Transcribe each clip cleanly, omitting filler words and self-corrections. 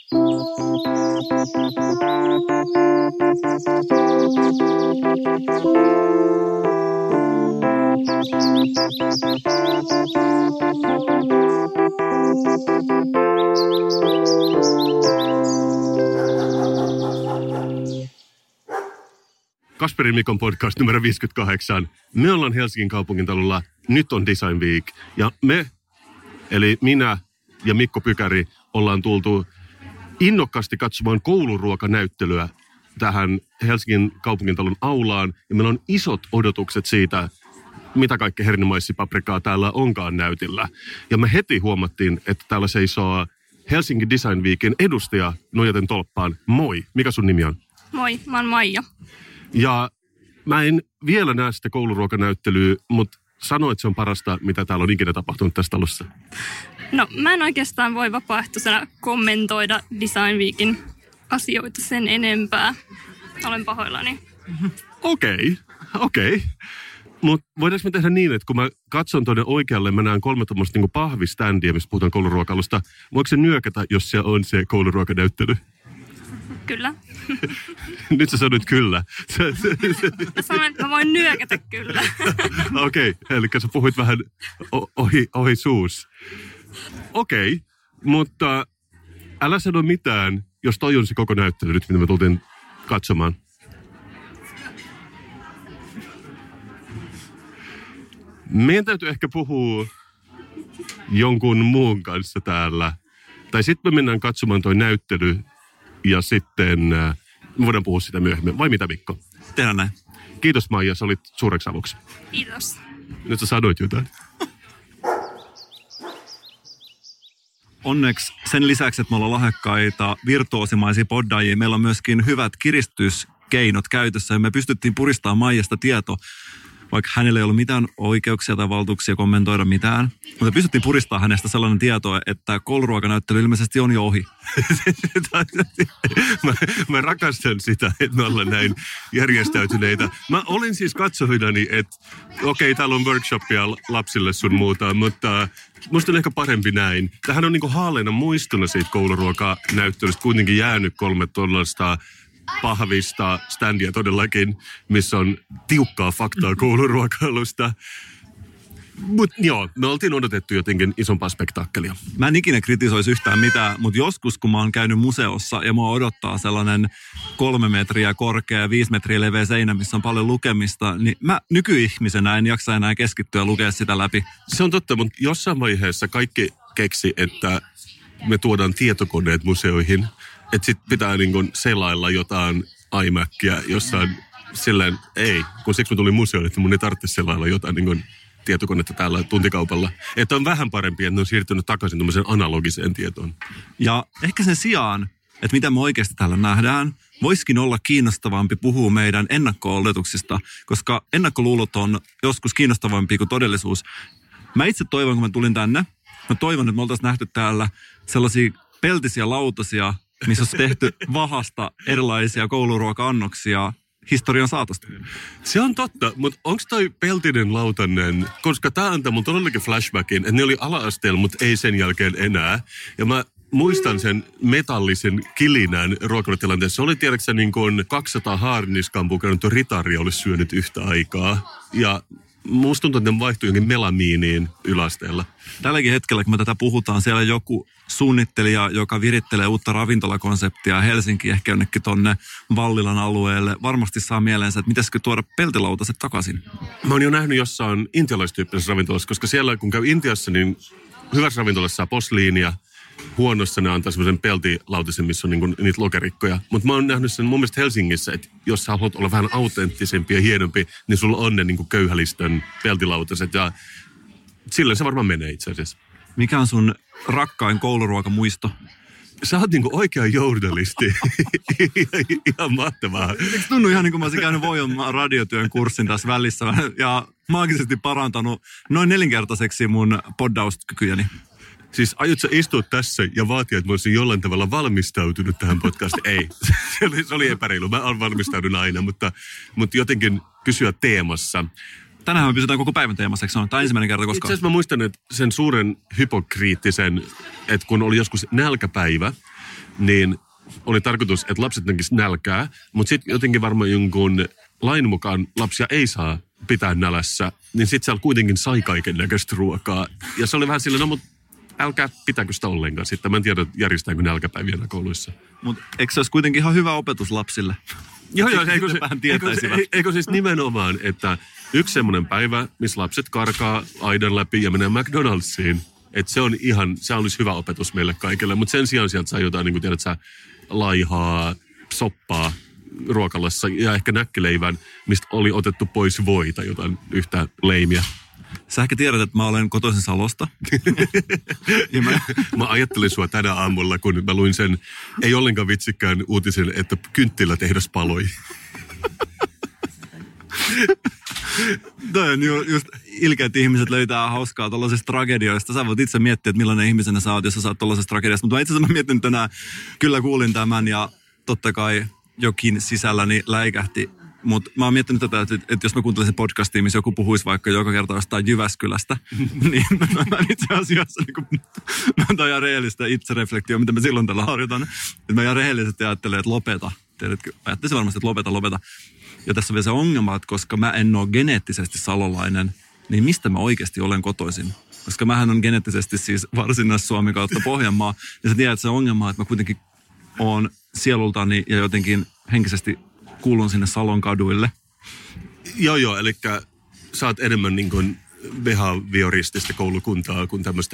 Kasperin Mikon podcast numero 58. Me ollaan Helsingin kaupungintalolla. Nyt on Design Week. Ja me, eli minä ja Mikko Pykäri, ollaan tultu innokkaasti katsomaan kouluruokanäyttelyä tähän Helsingin kaupungintalon aulaan. Ja meillä on isot odotukset siitä, mitä kaikkea hernemaissipaprikaa täällä onkaan näytillä. Ja me heti huomattiin, että täällä seisoo Helsingin Design Weekin edustaja nojaten tolppaan. Moi, mikä sun nimi on? Moi, mä oon Maija. Ja mä en vielä näe sitä kouluruokanäyttelyä, mutta sano, että se on parasta, mitä täällä on ikinä tapahtunut tässä talossa. No, mä en oikeastaan voi vapaaehtoisena kommentoida Design Weekin asioita sen enempää. Olen pahoillani. Okei. Mutta voidaanko me tehdä niin, että kun mä katson tuonne oikealle, mä näen 3 tuommoista niinku pahviständiä, missä puhutaan kouluruokailusta. Voiko se nyökätä, jos siellä on se kouluruokanäyttely? Kyllä. Nyt sä sanoit kyllä. Mä sanoin, että mä voin nyökätä kyllä. Okei, eli sä puhuit vähän ohi suus. Okei, mutta älä sano mitään, jos toi on se koko näyttely nyt, mitä me tultiin katsomaan. Meidän täytyy ehkä puhua jonkun muun kanssa täällä. Tai sitten me mennään katsomaan toi näyttely ja sitten me voidaan puhua sitä myöhemmin. Vai mitä, Mikko? Tehdään näin. Kiitos, Maija, sä olit suureksi avuksi. Kiitos. Nyt sä sanoit jotain. Onneksi sen lisäksi, että me ollaan lahjakkaita virtuosimaisia poddaajia, meillä on myöskin hyvät kiristyskeinot käytössä. Ja me pystyttiin puristamaan Maijasta tieto, vaikka hänellä ei ollut mitään oikeuksia tai valtuuksia kommentoida mitään. Mutta pystyttiin puristamaan hänestä sellainen tieto, että kouluruokanäyttely ilmeisesti on jo ohi. Mä rakastan sitä, että me ollaan näin järjestäytyneitä. Mä olin siis katsovinani, että okei, täällä on workshopia lapsille sun muuta, mutta musta on ehkä parempi näin. Tähän on niinku haaleena muistuna siitä kouluruokanäyttelystä kuitenkin jäänyt 3 tuollaista pahvista standia todellakin, missä on tiukkaa faktaa kouluruokailusta. Mutta joo, me oltiin odotettu jotenkin isompaa spektaakkelia. Mä en ikinä kritisoisi yhtään mitään, mutta joskus kun mä oon käynyt museossa ja mua odottaa sellainen 3 metriä korkea ja 5 metriä leveä seinä, missä on paljon lukemista, niin mä nykyihmisenä en jaksa enää keskittyä lukea sitä läpi. Se on totta, mutta jossain vaiheessa kaikki keksi, että me tuodaan tietokoneet museoihin. Että sit pitää niinku selailla jotain iMacia jossain silleen, kun siksi mä tulin museoon, että mun ei tarvitse selailla jotain niinku tietokonetta täällä tuntikaupalla. Että on vähän parempi, että ne on siirtynyt takaisin tuommoiseen analogiseen tietoon. Ja ehkä sen sijaan, että mitä me oikeasti täällä nähdään, voisikin olla kiinnostavampi puhua meidän ennakko-oletuksista, koska ennakkoluulot on joskus kiinnostavampia kuin todellisuus. Mä itse toivon, kun mä tulin tänne, mä toivon, että me oltaisiin nähty täällä sellaisia peltisiä lautasia, missä on tehty vahasta erilaisia kouluruoka-annoksia historian saatosta. Se on totta, mutta onko toi peltinen lautanen, koska tää antaa mun todellakin flashbackin, että ne oli ala-asteella, mutta ei sen jälkeen enää. Ja mä muistan sen metallisen kilinän ruokailutilanteessa. Se oli tiedäksä niin kuin 200 haarniskampua käynyt ritari olisi syönyt yhtä aikaa. Ja musta tuntuu, että ne vaihtui jonkin melamiiniin yläasteella. Tälläkin hetkellä, kun me tätä puhutaan, siellä joku suunnittelija, joka virittelee uutta ravintolakonseptia Helsinkiin, ehkä jonnekin tonne Vallilan alueelle, varmasti saa mieleensä, että pitäisikö tuoda peltilautaset takaisin. Mä oon jo nähnyt jossain intialaistyyppisessä ravintolassa, koska siellä kun käy Intiassa, niin hyvässä ravintolassa saa posliinia. Huonossa ne antaa semmoisen peltilautisen, missä on niinku niitä lokerikkoja. Mutta mä oon nähnyt sen mun mielestä Helsingissä, että jos sä haluat olla vähän autenttisempi ja hienompi, niin sulla on ne niinku köyhälistön peltilautaset. Ja silloin se varmaan menee itse asiassa. Mikä on sun rakkain kouluruokamuisto? Sä oot niinku oikea journalisti. Ihan mahtavaa. Eikö tunnu ihan niin kuin mä olisin käynyt Voijon radiotyön kurssin tässä välissä ja maagisesti parantanut noin 4-kertaiseksi mun poddauskykyjäni? Siis aiotko sä istua tässä ja vaatia, että mä olisin jollain tavalla valmistautunut tähän podcastiin? Ei, se oli epäreilu. Mä olen valmistaudun aina, mutta jotenkin pysyä teemassa. Tänään me pysytään koko päivän teemassa, eikö se on? Tämä ensimmäinen kerta koskaan. Itse asiassa mä muistan että sen suuren hypokriittisen, että kun oli joskus nälkäpäivä, niin oli tarkoitus, että lapset näkisivät nälkää, mutta sitten jotenkin varmaan jonkun lain mukaan lapsia ei saa pitää nälässä, niin sitten siellä kuitenkin sai kaiken näköistä ruokaa. Ja se oli vähän silleen, no mutta älkää pitääkö sitä ollenkaan sitten. Mä en tiedä, järjestääkö nälkäpäiviä kouluissa. Mutta eikö se olisi kuitenkin ihan hyvä opetus lapsille? Joo, eikö siis nimenomaan, että yksi semmoinen päivä, missä lapset karkaa aidan läpi ja menee McDonald'siin, että se olisi hyvä opetus meille kaikille. Mutta sen sijaan sieltä saa jotain, niin kuin tiedät sä, laihaa, soppaa ruokalassa ja ehkä näkkileivän, mistä oli otettu pois voita, jotain yhtä leimiä. Sä ehkä tiedät, että mä olen kotoisin Salosta. Mä ajattelin sua tänä aamulla, kun mä luin sen, ei ollenkaan vitsikään uutisen, että kynttilätehdas paloi. Toi on just ilkeät ihmiset löytää hauskaa tollaisista tragedioista. Sä voit itse miettiä, että millainen ihmisenä sä oot, jos sä saat tollaisesta tragediasta. Mutta itse asiassa mä mietin tänään, kyllä kuulin tämän ja totta kai jokin sisälläni läikähti. Mutta mä oon miettinyt tätä, että jos mä kuuntelisin podcastia, missä joku puhuisi vaikka joka kerta jostain Jyväskylästä, niin mä itse asiassa, mä oon ihan rehellistä itsereflektio, mitä mä silloin tällä harjoitan. Että mä ihan rehellisesti ajattelen, että lopeta. Tiedätkö? Ajattelisin varmasti, että lopeta. Ja tässä on vielä se ongelma, että koska mä en ole geneettisesti salolainen, niin mistä mä oikeasti olen kotoisin? Koska mähän on geneettisesti siis Varsinais-Suomi kautta Pohjanmaa. Ja sä tiedät, että se ongelma, että mä kuitenkin oon sielultani ja jotenkin henkisesti kuulun sinne Salon kaduille. Joo, eli sä oot enemmän niin kuin behavioristista koulukuntaa kuin tämmöistä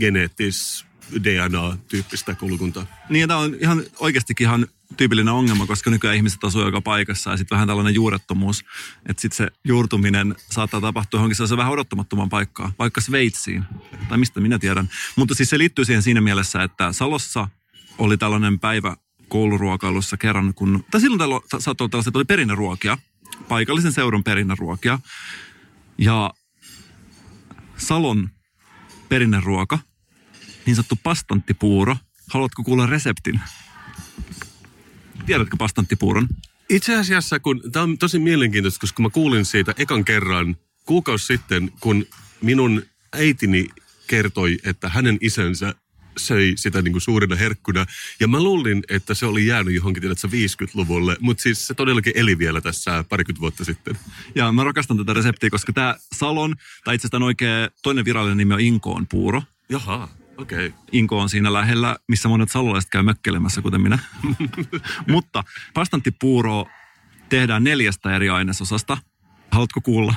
DNA-tyyppistä koulukuntaa. Niin, ja tämä on ihan oikeastikin ihan tyypillinen ongelma, koska nykyään ihmiset asuu joka paikassa ja sitten vähän tällainen juurettomuus, että sitten se juurtuminen saattaa tapahtua johonkin sellaisen vähän odottamattoman paikkaan, vaikka Sveitsiin, tai mistä minä tiedän. Mutta siis se liittyy siihen siinä mielessä, että Salossa oli tällainen päivä kouluruokailussa kerran, tai silloin saattoi olla tällaiset, oli perinneruokia, paikallisen seudun perinneruokia, ja Salon perinneruoka, niin sanottu pastanttipuuro. Haluatko kuulla reseptin? Tiedätkö pastanttipuuron? Itse asiassa, tämä on tosi mielenkiintoista, koska mä kuulin siitä ekan kerran kuukausi sitten, kun minun äitini kertoi, että hänen isänsä söi sitä niin kuin suurena herkkuna. Ja mä luulin, että se oli jäänyt johonkin 50-luvulle, mutta siis se todellakin eli vielä tässä parikymmentä vuotta sitten. Ja mä rakastan tätä reseptiä, koska tämä Salon, tai itse asiassa oikein toinen virallinen nimi on Inkoon puuro. Jaha, okei. Okay. Inko on siinä lähellä, missä monet salolaiset käy mökkelemässä, kuten minä. Mutta pastanttipuuro tehdään 4 eri ainesosasta. Haluatko kuulla?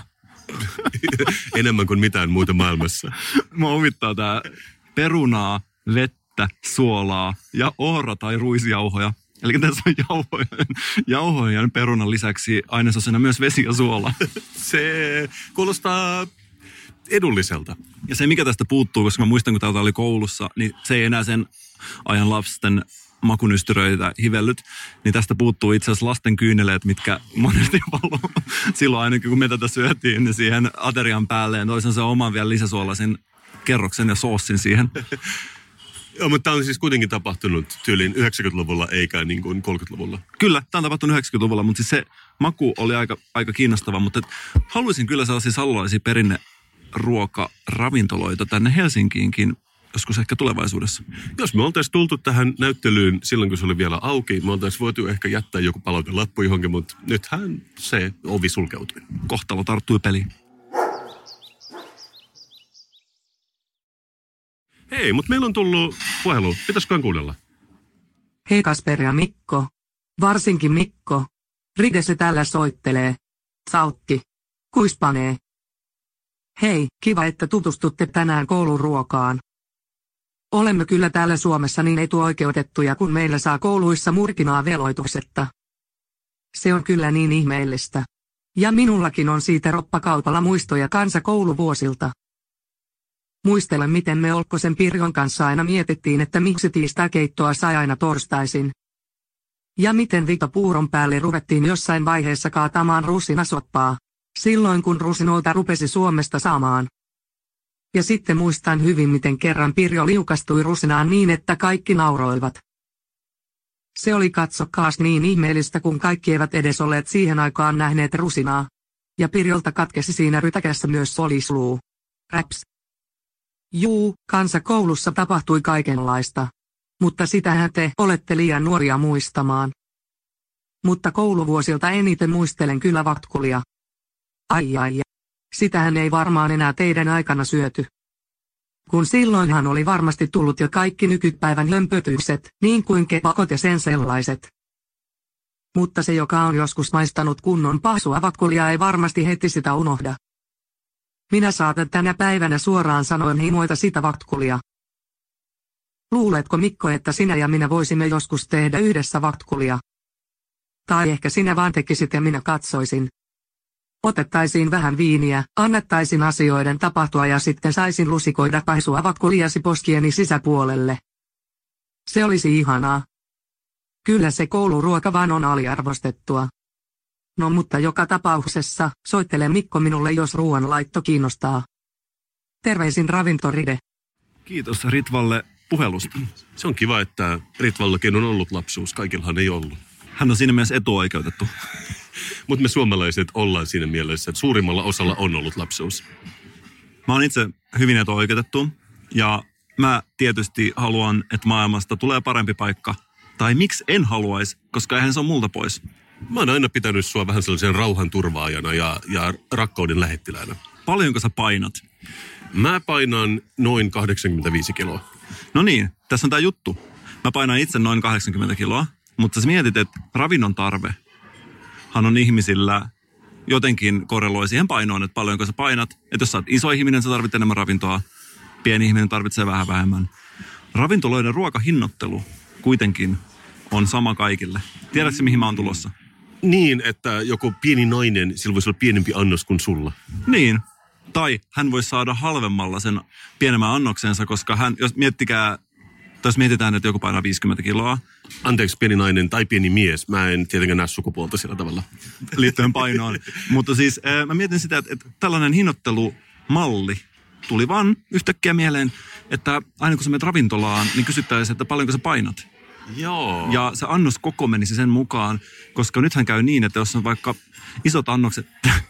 Enemmän kuin mitään muuta maailmassa. Mua huvittaa tää perunaa, vettä, suolaa ja ohra- tai ruisjauhoja. Eli tässä on jauhojen perunan lisäksi ainesosana myös vesi ja suola. Se kuulostaa edulliselta. Ja se, mikä tästä puuttuu, koska mä muistan, kun täältä oli koulussa, niin se ei enää sen ajan lapsen makunystyröitä hivellyt, niin tästä puuttuu itse asiassa lasten kyyneleet, mitkä monesti valuu silloin ainakin, kun me tätä syötiin, niin siihen aterian päälleen toisensa oman vielä lisäsuolaisen kerroksen ja soossin siihen. Joo, mutta tämä on siis kuitenkin tapahtunut tyyliin 90-luvulla eikä niin kuin 30-luvulla. Kyllä, tämä on tapahtunut 90-luvulla, mutta siis se maku oli aika kiinnostava, mutta haluaisin kyllä sellaisia salolaisia perinneruokaravintoloita tänne Helsinkiinkin joskus ehkä tulevaisuudessa. Jos me oltaisiin tultu tähän näyttelyyn silloin, kun se oli vielä auki, me oltaisiin voitu ehkä jättää joku palautelappu johonkin, mutta nythän se ovi sulkeutui. Kohtalo tarttui peliin. Hei, mutta meillä on tullut puhelu. Pitäisiköhän kuunnella? Hei Kasper ja Mikko. Varsinkin Mikko. Ride se täällä soittelee. Sautti. Kuispanee. Hei, kiva että tutustutte tänään kouluruokaan. Olemme kyllä täällä Suomessa niin etuoikeutettuja, kun meillä saa kouluissa murkinaa veloituksetta. Se on kyllä niin ihmeellistä. Ja minullakin on siitä roppakaupalla muistoja kansakouluvuosilta. Muistelen, miten me Olkkosen Pirjon kanssa aina mietittiin, että miksi tiistaikeittoa sai aina torstaisin. Ja miten vitopuuron päälle ruvettiin jossain vaiheessa kaatamaan rusinasoppaa, silloin kun rusinoilta rupesi Suomesta saamaan. Ja sitten muistan hyvin, miten kerran Pirjo liukastui rusinaan niin, että kaikki nauroivat. Se oli katsokaas niin ihmeellistä, kun kaikki eivät edes olleet siihen aikaan nähneet rusinaa. Ja Pirjolta katkesi siinä rytäkässä myös solisluu. Raps. Juu, kansakoulussa tapahtui kaikenlaista. Mutta sitähän te olette liian nuoria muistamaan. Mutta kouluvuosilta eniten muistelen kyllä vatkulia. Ai. Sitähän ei varmaan enää teidän aikana syöty. Kun silloinhan oli varmasti tullut jo kaikki nykypäivän lömpötykset, niin kuin kepakot ja sen sellaiset. Mutta se, joka on joskus maistanut kunnon pahsua vatkulia, ei varmasti heti sitä unohda. Minä saatan tänä päivänä suoraan sanoen himoita sitä vatkulia. Luuletko, Mikko, että sinä ja minä voisimme joskus tehdä yhdessä vatkulia? Tai ehkä sinä vaan tekisit ja minä katsoisin. Otettaisiin vähän viiniä, annettaisiin asioiden tapahtua ja sitten saisin lusikoida paisua vatkuliasi poskieni sisäpuolelle. Se olisi ihanaa. Kyllä se kouluruoka vaan on aliarvostettua. No mutta joka tapauksessa, soittele Mikko minulle, jos ruoanlaitto kiinnostaa. Terveisin Ravintoride. Kiitos Ritvalle puhelusta. Se on kiva, että Ritvallakin on ollut lapsuus. Kaikillahan ei ollut. Hän on siinä mielessä etuoikeutettu. Mutta me suomalaiset ollaan siinä mielessä, että suurimmalla osalla on ollut lapsuus. Mä oon itse hyvin etuoikeutettu ja mä tietysti haluan, että maailmasta tulee parempi paikka. Tai miksi en haluaisi, koska eihän se ole multa pois. Mä oon aina pitänyt sua vähän sellaisen rauhan turvaajana ja rakkauden lähettiläänä. Paljonko sä painat? Mä painan noin 85 kiloa. No niin, tässä on tää juttu. Mä painan itse noin 80 kiloa, mutta sä mietit, että ravinnon tarvehan on ihmisillä jotenkin korreloi siihen painoon, että paljonko sä painat. Että jos sä oot iso ihminen, sä tarvitset enemmän ravintoa. Pieni ihminen tarvitsee vähän vähemmän. Ravintoloiden ruokahinnoittelu kuitenkin on sama kaikille. Tiedätkö, mihin mä oon tulossa? Niin, että joku pieni nainen, sillä voisi olla pienempi annos kuin sulla. Niin. Tai hän voisi saada halvemmalla sen pienemmän annoksensa, koska jos mietitään, että joku painaa 50 kiloa. Anteeksi, pieni nainen tai pieni mies. Mä en tietenkään näe sukupuolta sillä tavalla. Liittyen painoon. Mutta siis mä mietin sitä, että tällainen hinnoittelumalli tuli vaan yhtäkkiä mieleen, että aina kun sä menet ravintolaan, niin kysyttäisiin, että paljonko sä painat. Joo. Ja se annos koko menisi sen mukaan, koska nythän käy niin, että jos on vaikka isot annokset,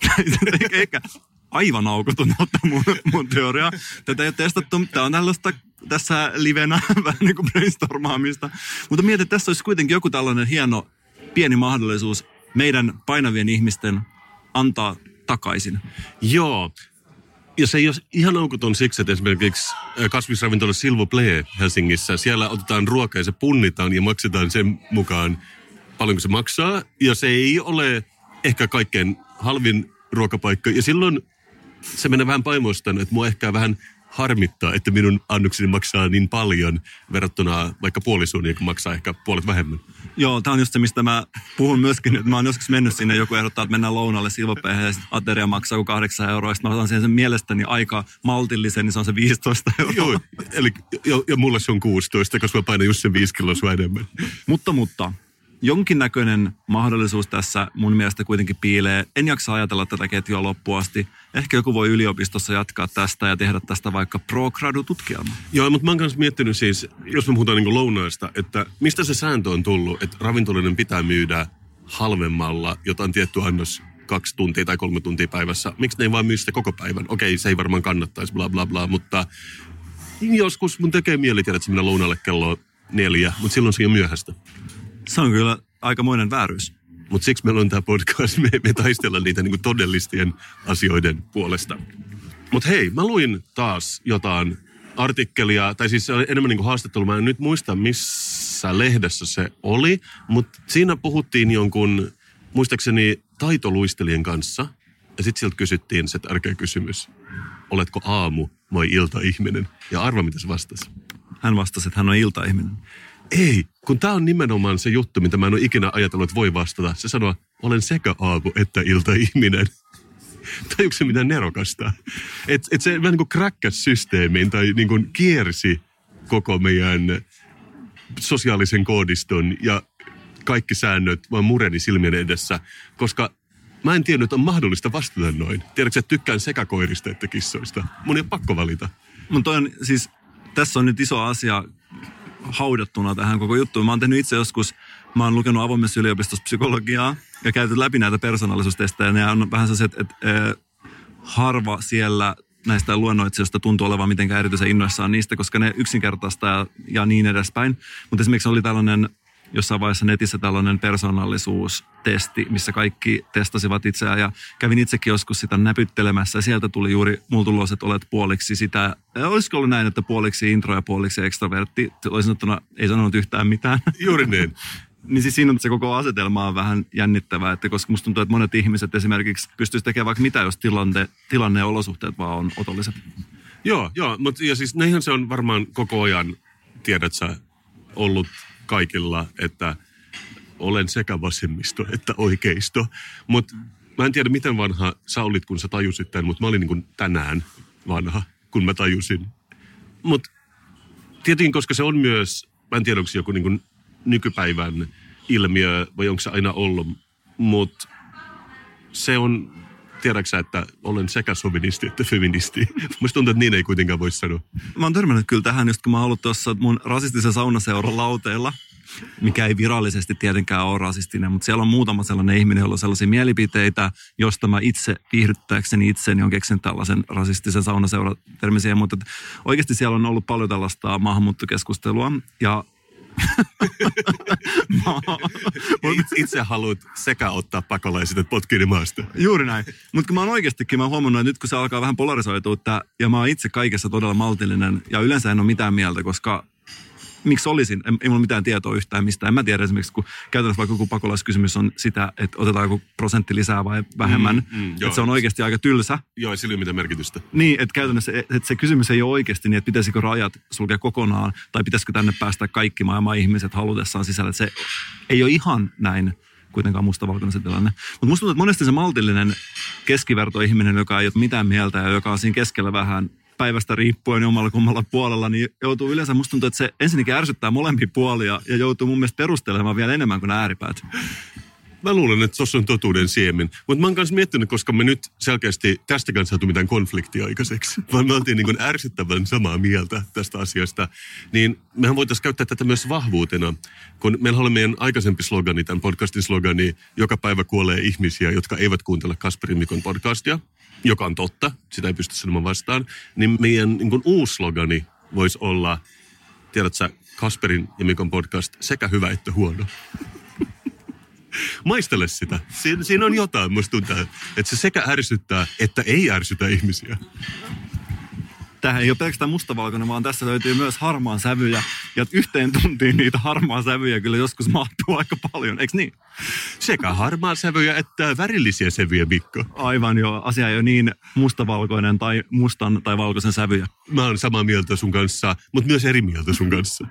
eikä aivan aukoton ottaa mun teoriaa. Tätä ei ole testattu, tämä on tällaista tässä livenä vähän niin kuin brainstormaamista. Mutta mietin, että tässä olisi kuitenkin joku tällainen hieno pieni mahdollisuus meidän painavien ihmisten antaa takaisin. Joo. Ja se ei ole ihan aukoton siksi, että esimerkiksi kasvisravintola Silvo Play Helsingissä, siellä otetaan ruokaa ja se punnitaan ja maksetaan sen mukaan paljonko se maksaa. Ja se ei ole ehkä kaikkein halvin ruokapaikka. Ja silloin se menee vähän paimoistaan, että mua ehkä vähän harmittaa, että minun annokseni maksaa niin paljon verrattuna vaikka puolisuun, joka maksaa ehkä puolet vähemmän. Joo, tämä on just se, mistä mä puhun myöskin, että mä oon joskus mennyt sinne, joku ehdottaa, että mennään lounalle Silvopeihin ja ateria maksaa kuin 8 euroa. Sitten mä otan sen mielestäni aika maltillisen, niin se on se 15 euroa. Joo, eli ja mulle se on 16, koska mä painan just sen 5 kiloa sua enemmän. Mutta jonkinnäköinen mahdollisuus tässä mun mielestä kuitenkin piilee. En jaksa ajatella tätä ketjua loppuun asti. Ehkä joku voi yliopistossa jatkaa tästä ja tehdä tästä vaikka pro-gradu-tutkielma. Joo, mutta mä oon kanssa miettinyt siis, jos me puhutaan niin lounaista, että mistä se sääntö on tullut, että ravintoloiden pitää myydä halvemmalla jotain tiettyä annos 2 tuntia tai 3 tuntia päivässä. Miksi ne ei vaan myy sitä koko päivän? Okei, se ei varmaan kannattaisi, bla bla bla, mutta joskus mun tekee mieli tiedä, että minä lounalle kello 4, mutta silloin se on myöhäistä. Se on kyllä aikamoinen vääryys. Mutta siksi meillä on tämä podcast, me taistellaan niitä niinku todellisten asioiden puolesta. Mutta hei, mä luin taas jotain artikkelia, tai siis enemmän niinku haastattelu. Mä en nyt muista, missä lehdessä se oli, mutta siinä puhuttiin jonkun, muistaakseni, taitoluistelijan kanssa. Ja sitten sieltä kysyttiin se tärkeä kysymys, oletko aamu- vai iltaihminen? Ja arva, mitä se vastasi. Hän vastasi, että hän on iltaihminen. Ei, kun tää on nimenomaan se juttu, mitä mä en ole ikinä ajatellut, että voi vastata. Se sanoo, olen sekä aamu- että iltaihminen. Tajuuko se mitään nerokasta? Et se vähän niin kuin kräkkäs systeemiin tai niin kuin kiersi koko meidän sosiaalisen koodiston ja kaikki säännöt vaan mureni silmien edessä, koska mä en tiennyt, että on mahdollista vastata noin. Tiedätkö, että tykkään sekä koirista että kissoista? Mun ei ole pakko valita. Mutta siis, tässä on nyt iso asia haudattuna tähän koko juttuun. Mä oon tehnyt itse joskus, mä oon lukenut avoimessa yliopistossa psykologiaa ja käyty läpi näitä persoonallisuustestejä. Ne on vähän sellaiset, että harva siellä näistä luennoitsijoista tuntuu olevan mitenkään erityisen innoissaan niistä, koska ne yksinkertaista ja niin edespäin. Mutta esimerkiksi oli tällainen jossain vaiheessa netissä tällainen persoonallisuustesti, missä kaikki testasivat itseään ja kävin itsekin joskus sitä näpyttelemässä ja sieltä tuli juuri mulla tulos, että olet puoliksi sitä. Olisiko ollut näin, että puoliksi intro ja puoliksi extrovertti? Olisin sanottuna, ei sanonut yhtään mitään. Juuri niin. Niin siis siinä on se koko asetelma on vähän jännittävää, että koska musta tuntuu, että monet ihmiset esimerkiksi pystyisi tekemään vaikka mitä, jos tilanne ja olosuhteet vaan on otolliset. Joo, mutta ja siis näinhän se on varmaan koko ajan, tiedät sä, ollut kaikilla, että olen sekä vasemmisto että oikeisto. Mutta mä en tiedä, miten vanha sä olit, kun sä tajusit tämän, mutta mä olin niin kuin tänään vanha, kun mä tajusin. Mutta tietenkin, koska se on myös, mä en tiedä, onko se joku niin kuin nykypäivän ilmiö vai onko se aina ollut, mutta se on, tiedätkö että olen sekä sovinisti että feministi. Musta tuntuu, että niin ei kuitenkaan voi sanoa. Mä oon törmännyt kyllä tähän, just kun mä oon ollut tuossa mun rasistisen saunaseuran lauteilla, mikä ei virallisesti tietenkään ole rasistinen, mutta siellä on muutama sellainen ihminen, jolla on sellaisia mielipiteitä, josta mä itse viihdyttääkseni itseni on keksinyt tällaisen rasistisen saunaseuratermisiä, mutta oikeasti siellä on ollut paljon tällaista maahanmuuttokeskustelua ja Itse haluat sekä ottaa pakolaiset että potkini maasta. Juuri näin. Mutta kun mä oon oikeastikin, mä oon huomannut, että nyt kun se alkaa vähän polarisoitua, ja mä oon itse kaikessa todella maltillinen, ja yleensä en ole mitään mieltä, koska miksi olisin? Ei mulla mitään tietoa yhtään mistään. En mä tiedä esimerkiksi, kun käytännössä vaikka joku pakolaiskysymys on sitä, että otetaan joku prosentti lisää vai vähemmän. Että se on oikeasti aika tylsä. Joo, ei sillä ole mitään merkitystä. Niin, että käytännössä että se kysymys ei ole oikeasti niin, että pitäisikö rajat sulkea kokonaan, tai pitäisikö tänne päästä kaikki maailman ihmiset halutessaan sisälle. Että se ei ole ihan näin kuitenkaan mustavalkoinen se tilanne. Mutta musta tuntuu, että monesti se maltillinen keskivertoihminen, joka ei ole mitään mieltä ja joka on siinä keskellä vähän päivästä riippuen omalla kummalla puolella, niin joutuu yleensä, musta tuntuu, että se ensinnäkin ärsyttää molempia puolia ja joutuu mun mielestä perustelemaan vielä enemmän kuin nämä ääripäät. Mä luulen, että tossa on totuuden siemen. Mutta mä oon kanssa miettinyt, koska me nyt selkeästi tästäkään saatu mitään konfliktia aikaiseksi, vaan me oltiin niin kuin ärsyttävän samaa mieltä tästä asiasta, niin mehän voitaisiin käyttää tätä myös vahvuutena, kun meillä oli meidän aikaisempi slogani, tämän podcastin slogani, joka päivä kuolee ihmisiä, jotka eivät kuuntele Kasperin Mikon podcastia, joka on totta, sitä ei pysty sanomaan vastaan, niin meidän niin kuin uusi slogani voisi olla, tiedätkö, Kasperin ja Mikon podcast sekä hyvä että huono. Maistele sitä. Siinä on jotain, musta tuntuu, että se sekä ärsyttää, että ei ärsytä ihmisiä. Tämähän ei ole pelkästään mustavalkoinen, vaan tässä löytyy myös harmaan sävyjä. Ja yhteen tuntiin niitä harmaan sävyjä kyllä joskus mahtuu aika paljon, eikö niin? Sekä harmaan sävyjä että värillisiä sävyjä, Mikko. Aivan joo, asia ei ole niin mustavalkoinen tai mustan tai valkoisen sävyjä. Mä oon samaa mieltä sun kanssa, mutta myös eri mieltä sun kanssa.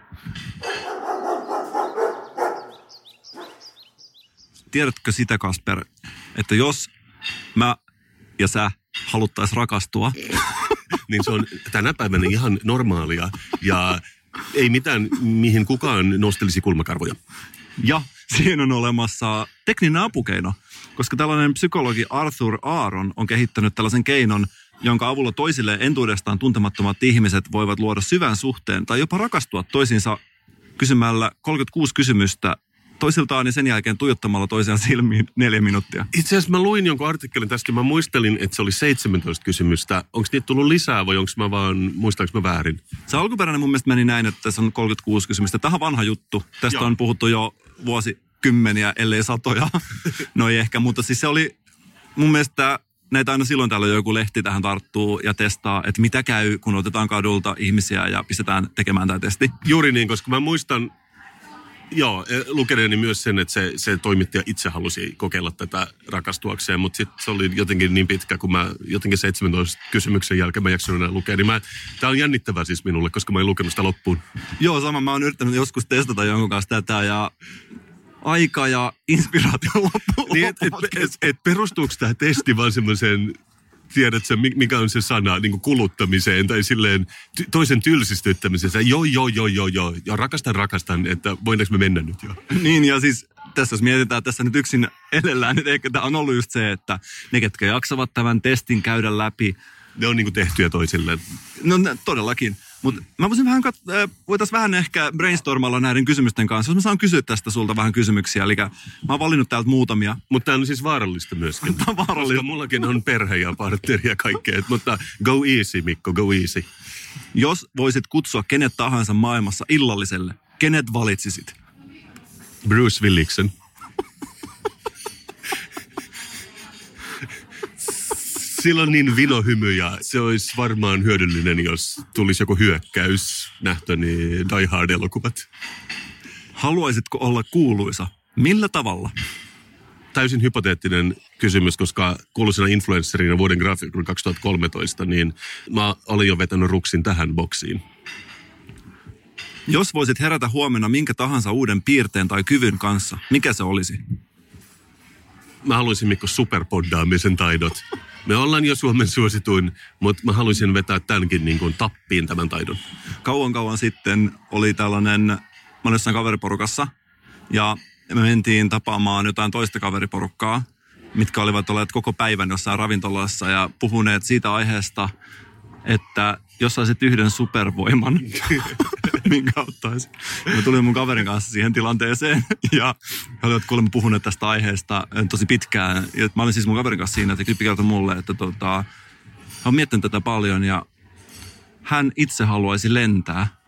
Tiedätkö sitä, Kasper, että jos mä ja sä haluttaisiin rakastua, niin se on tänä päivänä ihan normaalia ja ei mitään, mihin kukaan nostelisi kulmakarvoja. Ja siinä on olemassa tekninen apukeino, koska tällainen psykologi Arthur Aaron on kehittänyt tällaisen keinon, jonka avulla toisille entuudestaan tuntemattomat ihmiset voivat luoda syvän suhteen tai jopa rakastua toisiinsa kysymällä 36 kysymystä toisiltaan ja sen jälkeen tuijottamalla toisiaan silmiin 4 minuuttia. Itse asiassa mä luin jonkun artikkelin tästä, mä muistelin, että se oli 17 kysymystä. Onko niitä tullut lisää vai muistaanko mä väärin? Se alkuperäinen mun mielestä meni näin, että tässä on 36 kysymystä. Tämä on vanha juttu. Tästä on puhuttu jo vuosikymmeniä, ellei satoja. No ei ehkä, mutta siis se oli mun mielestä näitä aina silloin täällä joku lehti tähän tarttuu ja testaa, että mitä käy, kun otetaan kadulta ihmisiä ja pistetään tekemään tämä testi. Juuri niin, koska mä muistan lukeneeni myös sen, että se toimittaja itse halusi kokeilla tätä rakastuakseen, mutta sitten se oli jotenkin niin pitkä, kun mä jotenkin 17 kysymyksen jälkeen mä jaksoin enää lukea. Niin tää on jännittävää siis minulle, koska mä en lukenut sitä loppuun. Joo, sama. Mä oon yrittänyt joskus testata jonkun kanssa tätä ja aika ja inspiraatio loppuu. Niin, et perustuuko tämä testi vaan semmoiseen, tiedätkö, mikä on se sana, niin kuin kuluttamiseen tai silleen toisen tylsistyttämiseen. Joo, ja rakastan, että voidaanko me mennä nyt jo? Niin, ja siis tässä jos mietitään tässä nyt yksin edellään, niin ehkä tämä on ollut just se, että ne, ketkä jaksavat tämän testin käydä läpi. Ne on niin kuin tehtyjä toisilleen. No todellakin. Mutta mä voisin voitaisiin vähän ehkä brainstormalla näiden kysymysten kanssa. Jos mä saan kysyä tästä sulta vähän kysymyksiä. Eli mä oon valinnut täältä muutamia. Mutta tämä on siis vaarallista myöskin. Tämä on vaarallista. Koska mullakin on perhe ja partneri ja kaikkea. Mutta go easy, Mikko, go easy. Jos voisit kutsua kenet tahansa maailmassa illalliselle, kenet valitsisit? Bruce Williksen. Sillä on niin vinohymy ja se olisi varmaan hyödyllinen, jos tulisi joku hyökkäys nähtäni Die Hard-elokuvat. Haluaisitko olla kuuluisa? Millä tavalla? Täysin hypoteettinen kysymys, koska kuuluisena influencerina vuoden graafikon 2013, niin mä olin jo vetänyt ruksin tähän boksiin. Jos voisit herätä huomenna minkä tahansa uuden piirteen tai kyvyn kanssa, mikä se olisi? Mä haluaisin, Mikko, superpoddaamisen taidot. Me ollaan jo Suomen suosituin, mutta mä haluaisin vetää tämänkin niin kuin tappiin tämän taidon. Kauan sitten oli tällainen, mä olin jossain kaveriporukassa ja me mentiin tapaamaan jotain toista kaveriporukkaa, mitkä olivat olleet koko päivän jossain ravintolassa ja puhuneet siitä aiheesta, että jos saisit yhden supervoiman, minkä ottaisin. Mä tulin mun kaverin kanssa siihen tilanteeseen ja he olivat kuulemma puhuneet tästä aiheesta tosi pitkään. Ja mä olin siis mun kaverin kanssa siinä, että Klippi kertoi mulle, että hän on miettinyt tätä paljon ja hän itse haluaisi lentää.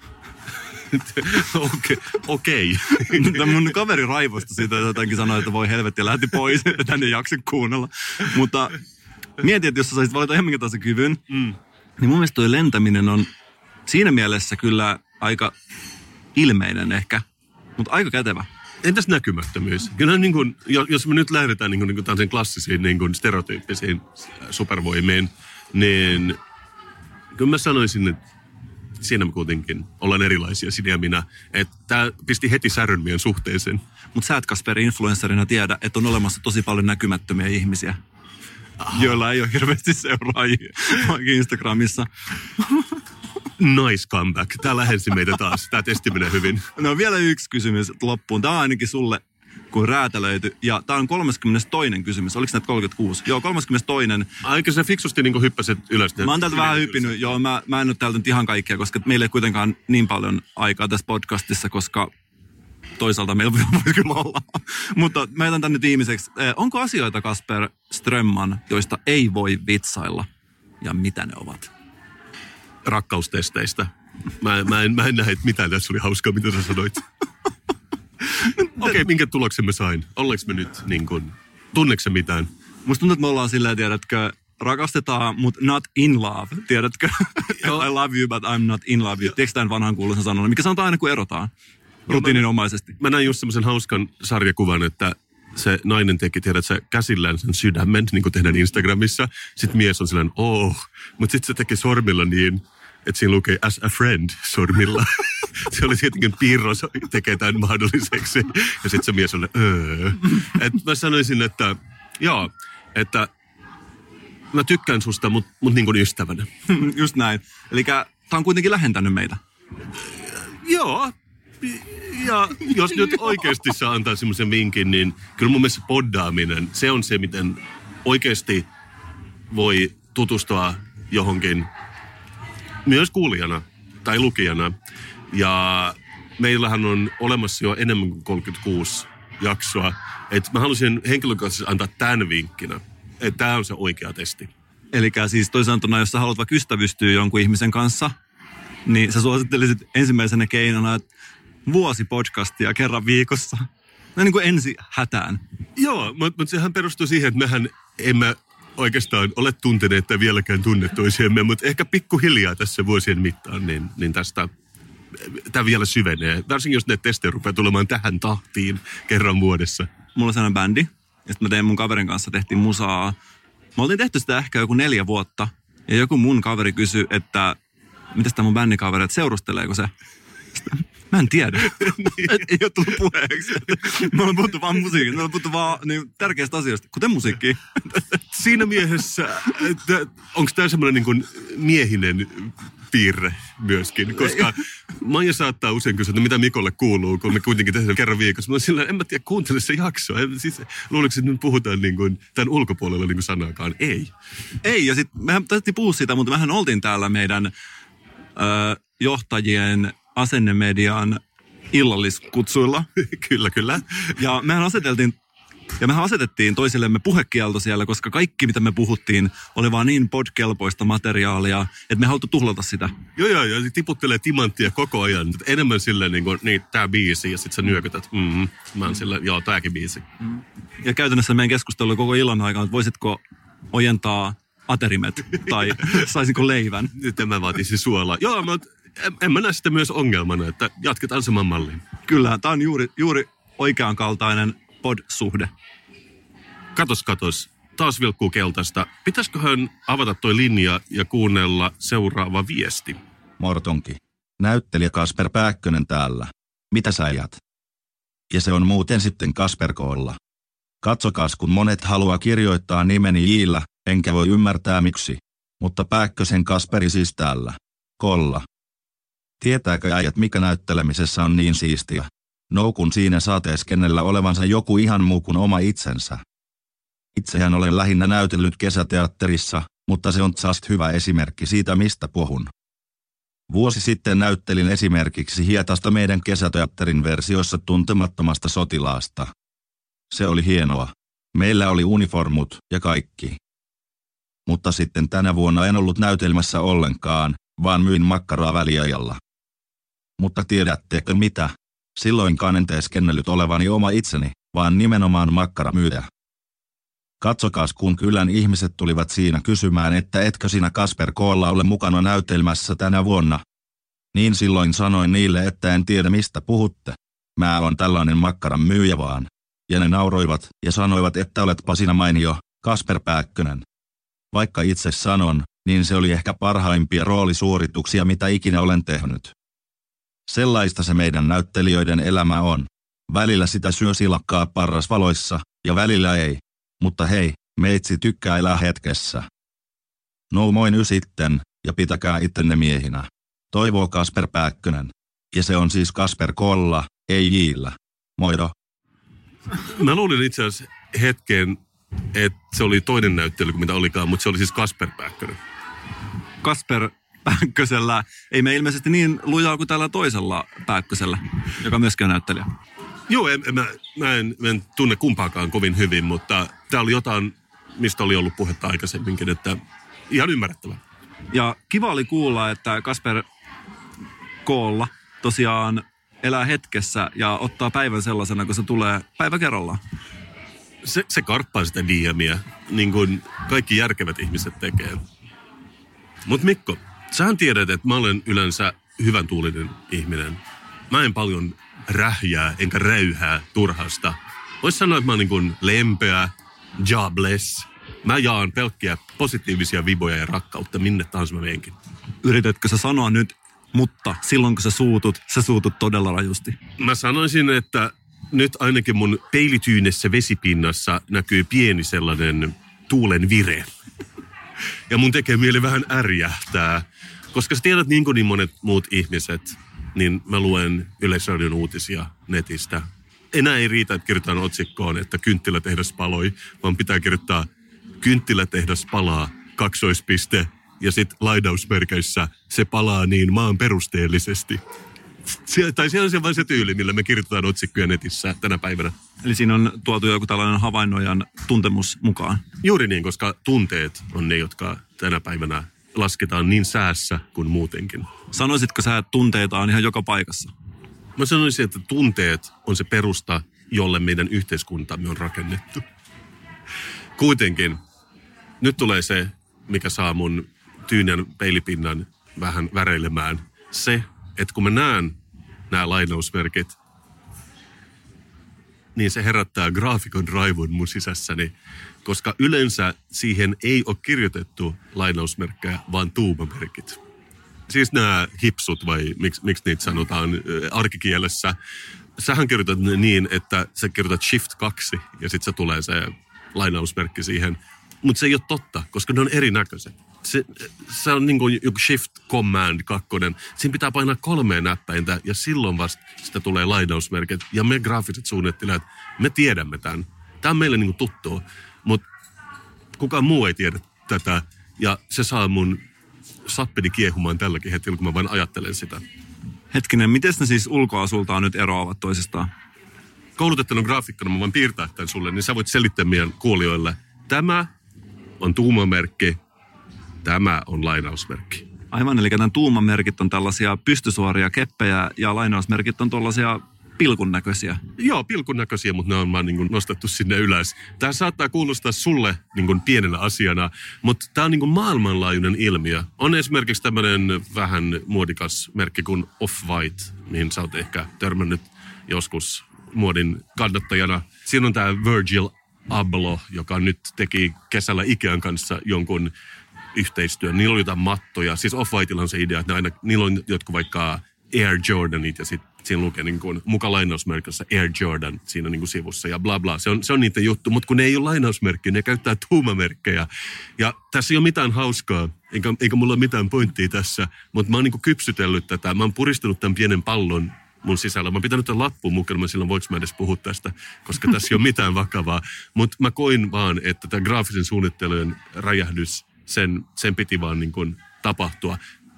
Okei. Mun kaveri raivostui siitä, että jotenkin sanoi, että voi helvetti ja lähti pois, että hän ei jaksa kuunnella. Mutta mietin, että jos sä saisit valita ihan minkä tahansa kyvyn, niin mun mielestä toi lentäminen on siinä mielessä kyllä aika ilmeinen ehkä, mutta aika kätevä. Entäs näkymättömyys? Kyllä niin kuin, jos me nyt lähdetään niin kuin tällaisiin klassisiin niin kuin stereotyyppisiin supervoimiin, niin kyllä mä sanoisin, että siinä me kuitenkin ollaan erilaisia, sinä ja minä. Että tää pisti heti särön meidän suhteeseen. Mutta sä et, Kasperi, influencerina tiedä, että on olemassa tosi paljon näkymättömiä ihmisiä, joilla ei ole hirveästi seuraajia vaikka Instagramissa. Nice comeback. Tää lähensi meitä taas. Tää testi menee hyvin. No vielä yksi kysymys loppuun. Tää on ainakin sulle, kun räätälöity. Ja tää on 32. kysymys. Oliko näitä 36? Joo, 32. Aika se fiksusti niin hyppäsit ylös. Mä oon täältä vähän hyppinyt. Joo, mä en nyt täältä nyt ihan kaikkea, koska meillä ei kuitenkaan niin paljon aikaa tässä podcastissa, koska toisaalta meillä voisi kyllä olla. Mutta mä jätän tänne viimeiseksi. Onko asioita, Kasper Strömman, joista ei voi vitsailla? Ja mitä ne ovat? Rakkaustesteistä. Mä en näe, että mitään tässä oli hauskaa, mitä sä sanoit. Okei, minkä tuloksen mä sain? Ollaanko me nyt niin kuin, tunneeko se mitään? Musta tuntuu, että me ollaan silleen, tiedätkö, rakastetaan, mutta not in love, tiedätkö? I love you, but I'm not in love you. Tiedätkö tämän vanhan kuuluisen sanonnan, mikä sanotaan aina, kun erotaan? Rutiininomaisesti. Mä näin just semmoisen hauskan sarjakuvan, että se nainen teki, tiedätkö, käsillään sen sydämen, niin kuin tehdään Instagramissa. Sitten mies on sellainen, mutta sitten se teki sormilla niin, että siinä lukee as a friend sormilla. Se oli tietenkin piirros, tekee tämän mahdolliseksi. Ja sitten se mies oli, Et mä sanoisin, että joo, että mä tykkään susta, mut niin kuin ystävänä. Just näin. Eli tää on kuitenkin lähentänyt meitä. Joo. Ja jos nyt oikeasti saa antaa semmoisen vinkin, niin kyllä mun mielestä poddaaminen, se on se, miten oikeasti voi tutustua johonkin myös kuulijana tai lukijana. Ja meillähän on olemassa jo enemmän kuin 36 jaksoa. Että mä halusin henkilökohtaisesti antaa tämän vinkkinä, että tämä on se oikea testi. Eli siis toisaalta, jos sä haluat vaikka ystävystyä jonkun ihmisen kanssa, niin sä suosittelisit ensimmäisenä keinona, että vuosi podcastia kerran viikossa. No niin kuin ensi hätään. Joo, mutta sehän perustuu siihen, että mehän emme oikeastaan ole tunteneet tai vieläkään tunne toisiamme, mutta ehkä pikkuhiljaa tässä vuosien mittaan, niin tämä vielä syvenee. Varsinkin jos ne testejä rupeaa tulemaan tähän tahtiin kerran vuodessa. Mulla on sellainen bändi, ja sitten mä tein mun kaverin kanssa, tehtiin musaa. Me oltiin tehty sitä ehkä joku 4 vuotta, ja joku mun kaveri kysyi, että mitäs tää mun bändikaveri, että seurusteleeko se? Mä en tiedä. Ei ole tullut puheeksi. Me ollaan puhuttu vaan musiikista. Me ollaan puhuttu vaan niin tärkeistä asioista, kuten musiikki. Siinä mielessä, onko tämä semmoinen niin kuin miehinen piirre myöskin? Koska Maija saattaa usein kysyä, että mitä Mikolle kuuluu, kun me kuitenkin tehdään kerran viikossa. Mä oon sillä, en mä tiedä, kuuntele se jakso. Siis, luuliko, että nyt puhutaan niin kuin, tämän ulkopuolella niin kuin sanaakaan? Ei. Ei, ja sitten mehän taidettiin puhua siitä, mutta mehän oltiin täällä meidän johtajien asennemedian illalliskutsuilla. Kyllä. Ja mehän asetettiin toisillemme puhekielto siellä, koska kaikki, mitä me puhuttiin, oli vaan niin podkelpoista materiaalia, että me haluttu tuhlata sitä. Joo, ja tiputtelee timanttia koko ajan. Enemmän silleen niin tää biisi, ja sit sä nyökytät. Mä oon silleen, joo, tääkin biisi. Ja käytännössä meidän keskustelu koko illan aikana, että voisitko ojentaa aterimet, tai saisinko leivän? Nyt mä vaatisin suolaa. Joo, en mä näe sitä myös ongelmana, että jatketaan saman malliin. Kyllä, tää on juuri oikean kaltainen pod-suhde. Katos. Taas vilkkuu keltaista. Pitäisiköhän avata toi linja ja kuunnella seuraava viesti? Mortonki. Näyttelijä Kasper Pääkkönen täällä. Mitä sä ajat? Ja se on muuten sitten Kasper Koolla. Katsokaas, kun monet haluaa kirjoittaa nimeni Jillä, enkä voi ymmärtää miksi. Mutta Pääkkösen Kasperi siis täällä. Kolla. Tietääkö äijät, mikä näyttelemisessä on niin siistiä? No, kun siinä saa teeskennellä olevansa joku ihan muu kuin oma itsensä. Itsehän olen lähinnä näytellyt kesäteatterissa, mutta se on just hyvä esimerkki siitä, mistä puhun. Vuosi sitten näyttelin esimerkiksi Hietasta meidän kesäteatterin versiossa Tuntemattomasta sotilaasta. Se oli hienoa. Meillä oli uniformut ja kaikki. Mutta sitten tänä vuonna en ollut näytelmässä ollenkaan, vaan myin makkaraa väliajalla. Mutta tiedättekö mitä? Silloinkaan en teeskennellyt olevani oma itseni, vaan nimenomaan makkaramyyjä. Katsokaas, kun kylän ihmiset tulivat siinä kysymään, että etkö sinä Kasper Koolla ole mukana näytelmässä tänä vuonna. Niin silloin sanoin niille, että en tiedä mistä puhutte. Mä oon tällainen makkaran myyjä vaan. Ja ne nauroivat ja sanoivat, että oletpa sinä mainio, Kasper Pääkkönen. Vaikka itse sanon, niin se oli ehkä parhaimpia roolisuorituksia, mitä ikinä olen tehnyt. Sellaista se meidän näyttelijöiden elämä on. Välillä sitä syö silakkaa parrasvaloissa, ja välillä ei. Mutta hei, meitsi tykkää elää hetkessä. No moi nyt sitten, ja pitäkää ittenne miehinä. Toivoo Kasper Pääkkönen. Ja se on siis Kasper Kolla, ei Jillä. Moido. Mä luulin itse asiassa hetken, että se oli toinen näyttely kuin mitä olikaan, mutta se oli siis Kasper Pääkkönen. Kasper Pääkkösellä ei me ilmeisesti niin lujaa kuin tällä toisella Pääkkösellä, joka myöskin on näyttelijä. Joo, mä en tunne kumpaakaan kovin hyvin, mutta tää oli jotain, mistä oli ollut puhetta aikaisemminkin, että ihan ymmärrettävää. Ja kiva oli kuulla, että Kasper Koolla tosiaan elää hetkessä ja ottaa päivän sellaisena, kun se tulee päivä kerrallaan. Se karppaa sitä DMiä, niin kuin kaikki järkevät ihmiset tekee. Mut Mikko, sähän tiedät, että mä olen yleensä hyvän tuulinen ihminen. Mä en paljon rähjää enkä räyhää turhasta. Vois sanoa, että mä oon niin kuin lempeä, jobless. Mä jaan pelkkiä positiivisia viboja ja rakkautta minne tahansa mä menenkin. Yritätkö sä sanoa nyt, mutta silloin kun sä suutut todella rajusti? Mä sanoisin, että nyt ainakin mun peilityynessä vesipinnassa näkyy pieni sellainen tuulen vire. Ja mun tekee mieli vähän ärjähtää. Koska sä tiedät niin kuin niin monet muut ihmiset, niin mä luen Yleisradion uutisia netistä. Enää ei riitä, että kirjoitetaan otsikkoon, että kynttilätehdas paloi, vaan pitää kirjoittaa kynttilätehdas palaa, kaksoispiste, ja sitten lainausmerkeissä se palaa niin maan perusteellisesti. Tai se on vain se tyyli, millä me kirjoitetaan otsikkoja netissä tänä päivänä. Eli siinä on tuotu joku tällainen havainnoijan tuntemus mukaan. Juuri niin, koska tunteet on ne, jotka tänä päivänä lasketaan niin säässä kuin muutenkin. Sanoisitko sä, että tunteita on ihan joka paikassa? Mä sanoisin, että tunteet on se perusta, jolle meidän yhteiskuntamme on rakennettu. Kuitenkin, nyt tulee se, mikä saa mun tyynän peilipinnan vähän väreilemään. Se, että kun mä näen nämä lainausmerkit, niin se herättää graafikon raivon mun sisässäni, koska yleensä siihen ei ole kirjoitettu lainausmerkkejä, vaan tuumamerkit. Siis nämä hipsut, vai miksi niitä sanotaan arkikielessä. Sähän kirjoitat niin, että sä kirjoitat shift 2 ja sitten se tulee se lainausmerkki siihen. Mutta se ei ole totta, koska ne on erinäköiset. Se on niin kuin joku shift command 2. Siinä pitää painaa 3 näppäintä ja silloin vasta sitä tulee lainausmerkit. Ja me graafiset suunnittelijat, me tiedämme tämän. Tämä on meille niin kuin tuttua, mutta kukaan muu ei tiedä tätä. Ja se saa mun sappeni kiehumaan tälläkin hetkellä, kun mä vain ajattelen sitä. Hetkinen, miten ne siis ulkoasultaan nyt eroavat toisistaan? Koulutettuna graafikkona mä voin piirtää tämän sulle, niin sä voit selittää meidän kuulijoille. Tämä on tuumamerkki, tämä on lainausmerkki. Aivan, eli tämän tuumamerkit on tällaisia pystysuoria keppejä ja lainausmerkit on tuollaisia pilkun näköisiä. Joo, pilkun näköisiä, mutta ne on vaan niin nostettu sinne ylös. Tämä saattaa kuulostaa sulle niin pienenä asiana, mutta tämä on niin maailmanlaajuinen ilmiö. On esimerkiksi tämmöinen vähän muodikas merkki kuin Off-White, mihin sä oot ehkä törmännyt joskus muodin kannattajana. Siinä on tämä Virgil Abloh, joka nyt teki kesällä Ikean kanssa jonkun yhteistyön. Niillä oli jotain mattoja. Siis Off-Whiteilla on se idea, että niillä on jotkut vaikka Air Jordanit ja sitten siinä lukee niin kuin, muka lainausmerkissä Air Jordan siinä niin kuin sivussa ja bla bla. Se on niiden juttu, mutta kun ne ei ole lainausmerkkiä, ne käyttää tuumamerkkejä. Ja tässä ei ole mitään hauskaa, eikä mulla ole mitään pointtia tässä, mutta mä oon niin kuin kypsytellyt tätä. Mä oon puristanut tämän pienen pallon mun sisällä. Mä oon pitänyt tämän lappuun mukana, silloin voiko mä edes puhua tästä, koska tässä ei ole mitään vakavaa. Mutta mä koin vaan, että tämä graafisen suunnittelujen räjähdys, sen piti vaan niin kuin tapahtua.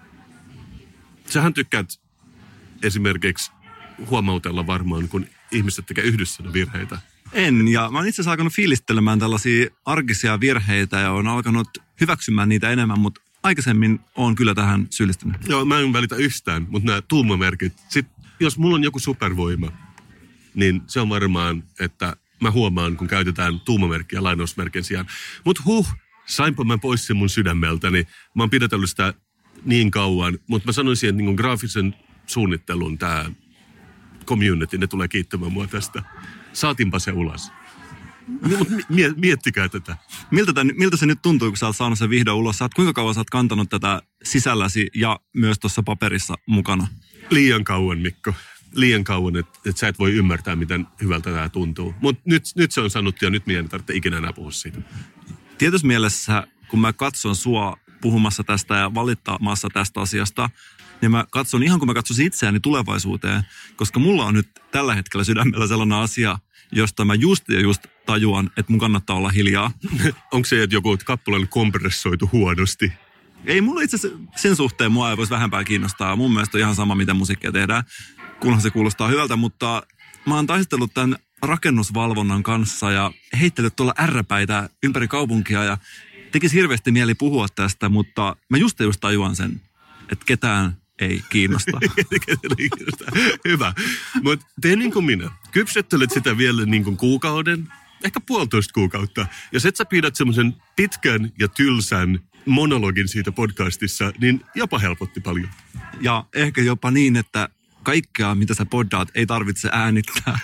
Sähän tykkäät esimerkiksi huomautella varmaan, kun ihmiset tekee yhdessä virheitä. En, ja mä oon itse asiassa alkanut fiilistelemään tällaisia arkisia virheitä ja oon alkanut hyväksymään niitä enemmän, mutta aikaisemmin oon kyllä tähän syyllistynyt. Joo, mä en välitä yhtään, mutta nämä tuumamerkit. Sitten jos mulla on joku supervoima, niin se on varmaan, että mä huomaan, kun käytetään tuumamerkkiä lainausmerkin sijaan. Mutta sainpa mä pois sen mun sydämeltäni. Mä oon pidätellyt sitä niin kauan, mutta mä sanoisin, että niin graafisen suunnittelun tämä community, ne tulee kiittämään mua tästä. Saatinpa se ulos. Miettikää tätä. Miltä se nyt tuntuu, kun sä oot saanut sen vihdoin ulos? Kuinka kauan sä oot kantanut tätä sisälläsi ja myös tuossa paperissa mukana? Liian kauan, Mikko. Liian kauan, että sä et voi ymmärtää, miten hyvältä tämä tuntuu. Mutta nyt se on sanottu ja nyt minä en tarvitse ikinä enää puhua siitä. Tietyssä mielessä, kun mä katson sua puhumassa tästä ja valittamassa tästä asiasta, niin mä katson ihan kuin mä katsoisin itseäni tulevaisuuteen, koska mulla on nyt tällä hetkellä sydämellä sellainen asia, josta mä just tajuan, että mun kannattaa olla hiljaa. Onko se, että joku kappale on kompressoitu huonosti? Ei, mulla itse asiassa sen suhteen mua ei voisi vähempää kiinnostaa. Mun mielestä on ihan sama, mitä musiikkia tehdään, kunhan se kuulostaa hyvältä, mutta mä oon taistellut tämän rakennusvalvonnan kanssa ja heittellyt tuolla ärräpäitä ympäri kaupunkia ja tekisi hirveästi mieli puhua tästä, mutta mä just tajuan sen, että ketään ei kiinnosta. Hyvä. Mutta tee niin kuin minä. Kypsettelet sitä vielä niin kuin kuukauden, ehkä 1,5 kuukautta. Ja sit sä pidät semmoisen pitkän ja tylsän monologin siitä podcastissa, niin jopa helpotti paljon. Ja ehkä jopa niin, että kaikkea, mitä sä poddaat, ei tarvitse äänittää.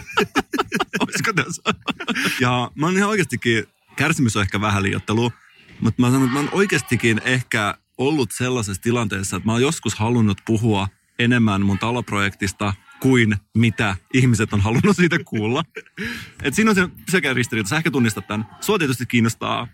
Olisiko tässä? Ja mä oon ihan oikeastikin, kärsimys on ehkä vähän liioittelua, mutta mä sanon, että mä oon oikeastikin ehkä ollut sellaisessa tilanteessa, että mä oon joskus halunnut puhua enemmän mun taloprojektista kuin mitä ihmiset on halunnut siitä kuulla. Et siinä on se sekä ristiriita. Sä ehkä tunnistat tämän. Sua tietysti kiinnostaa.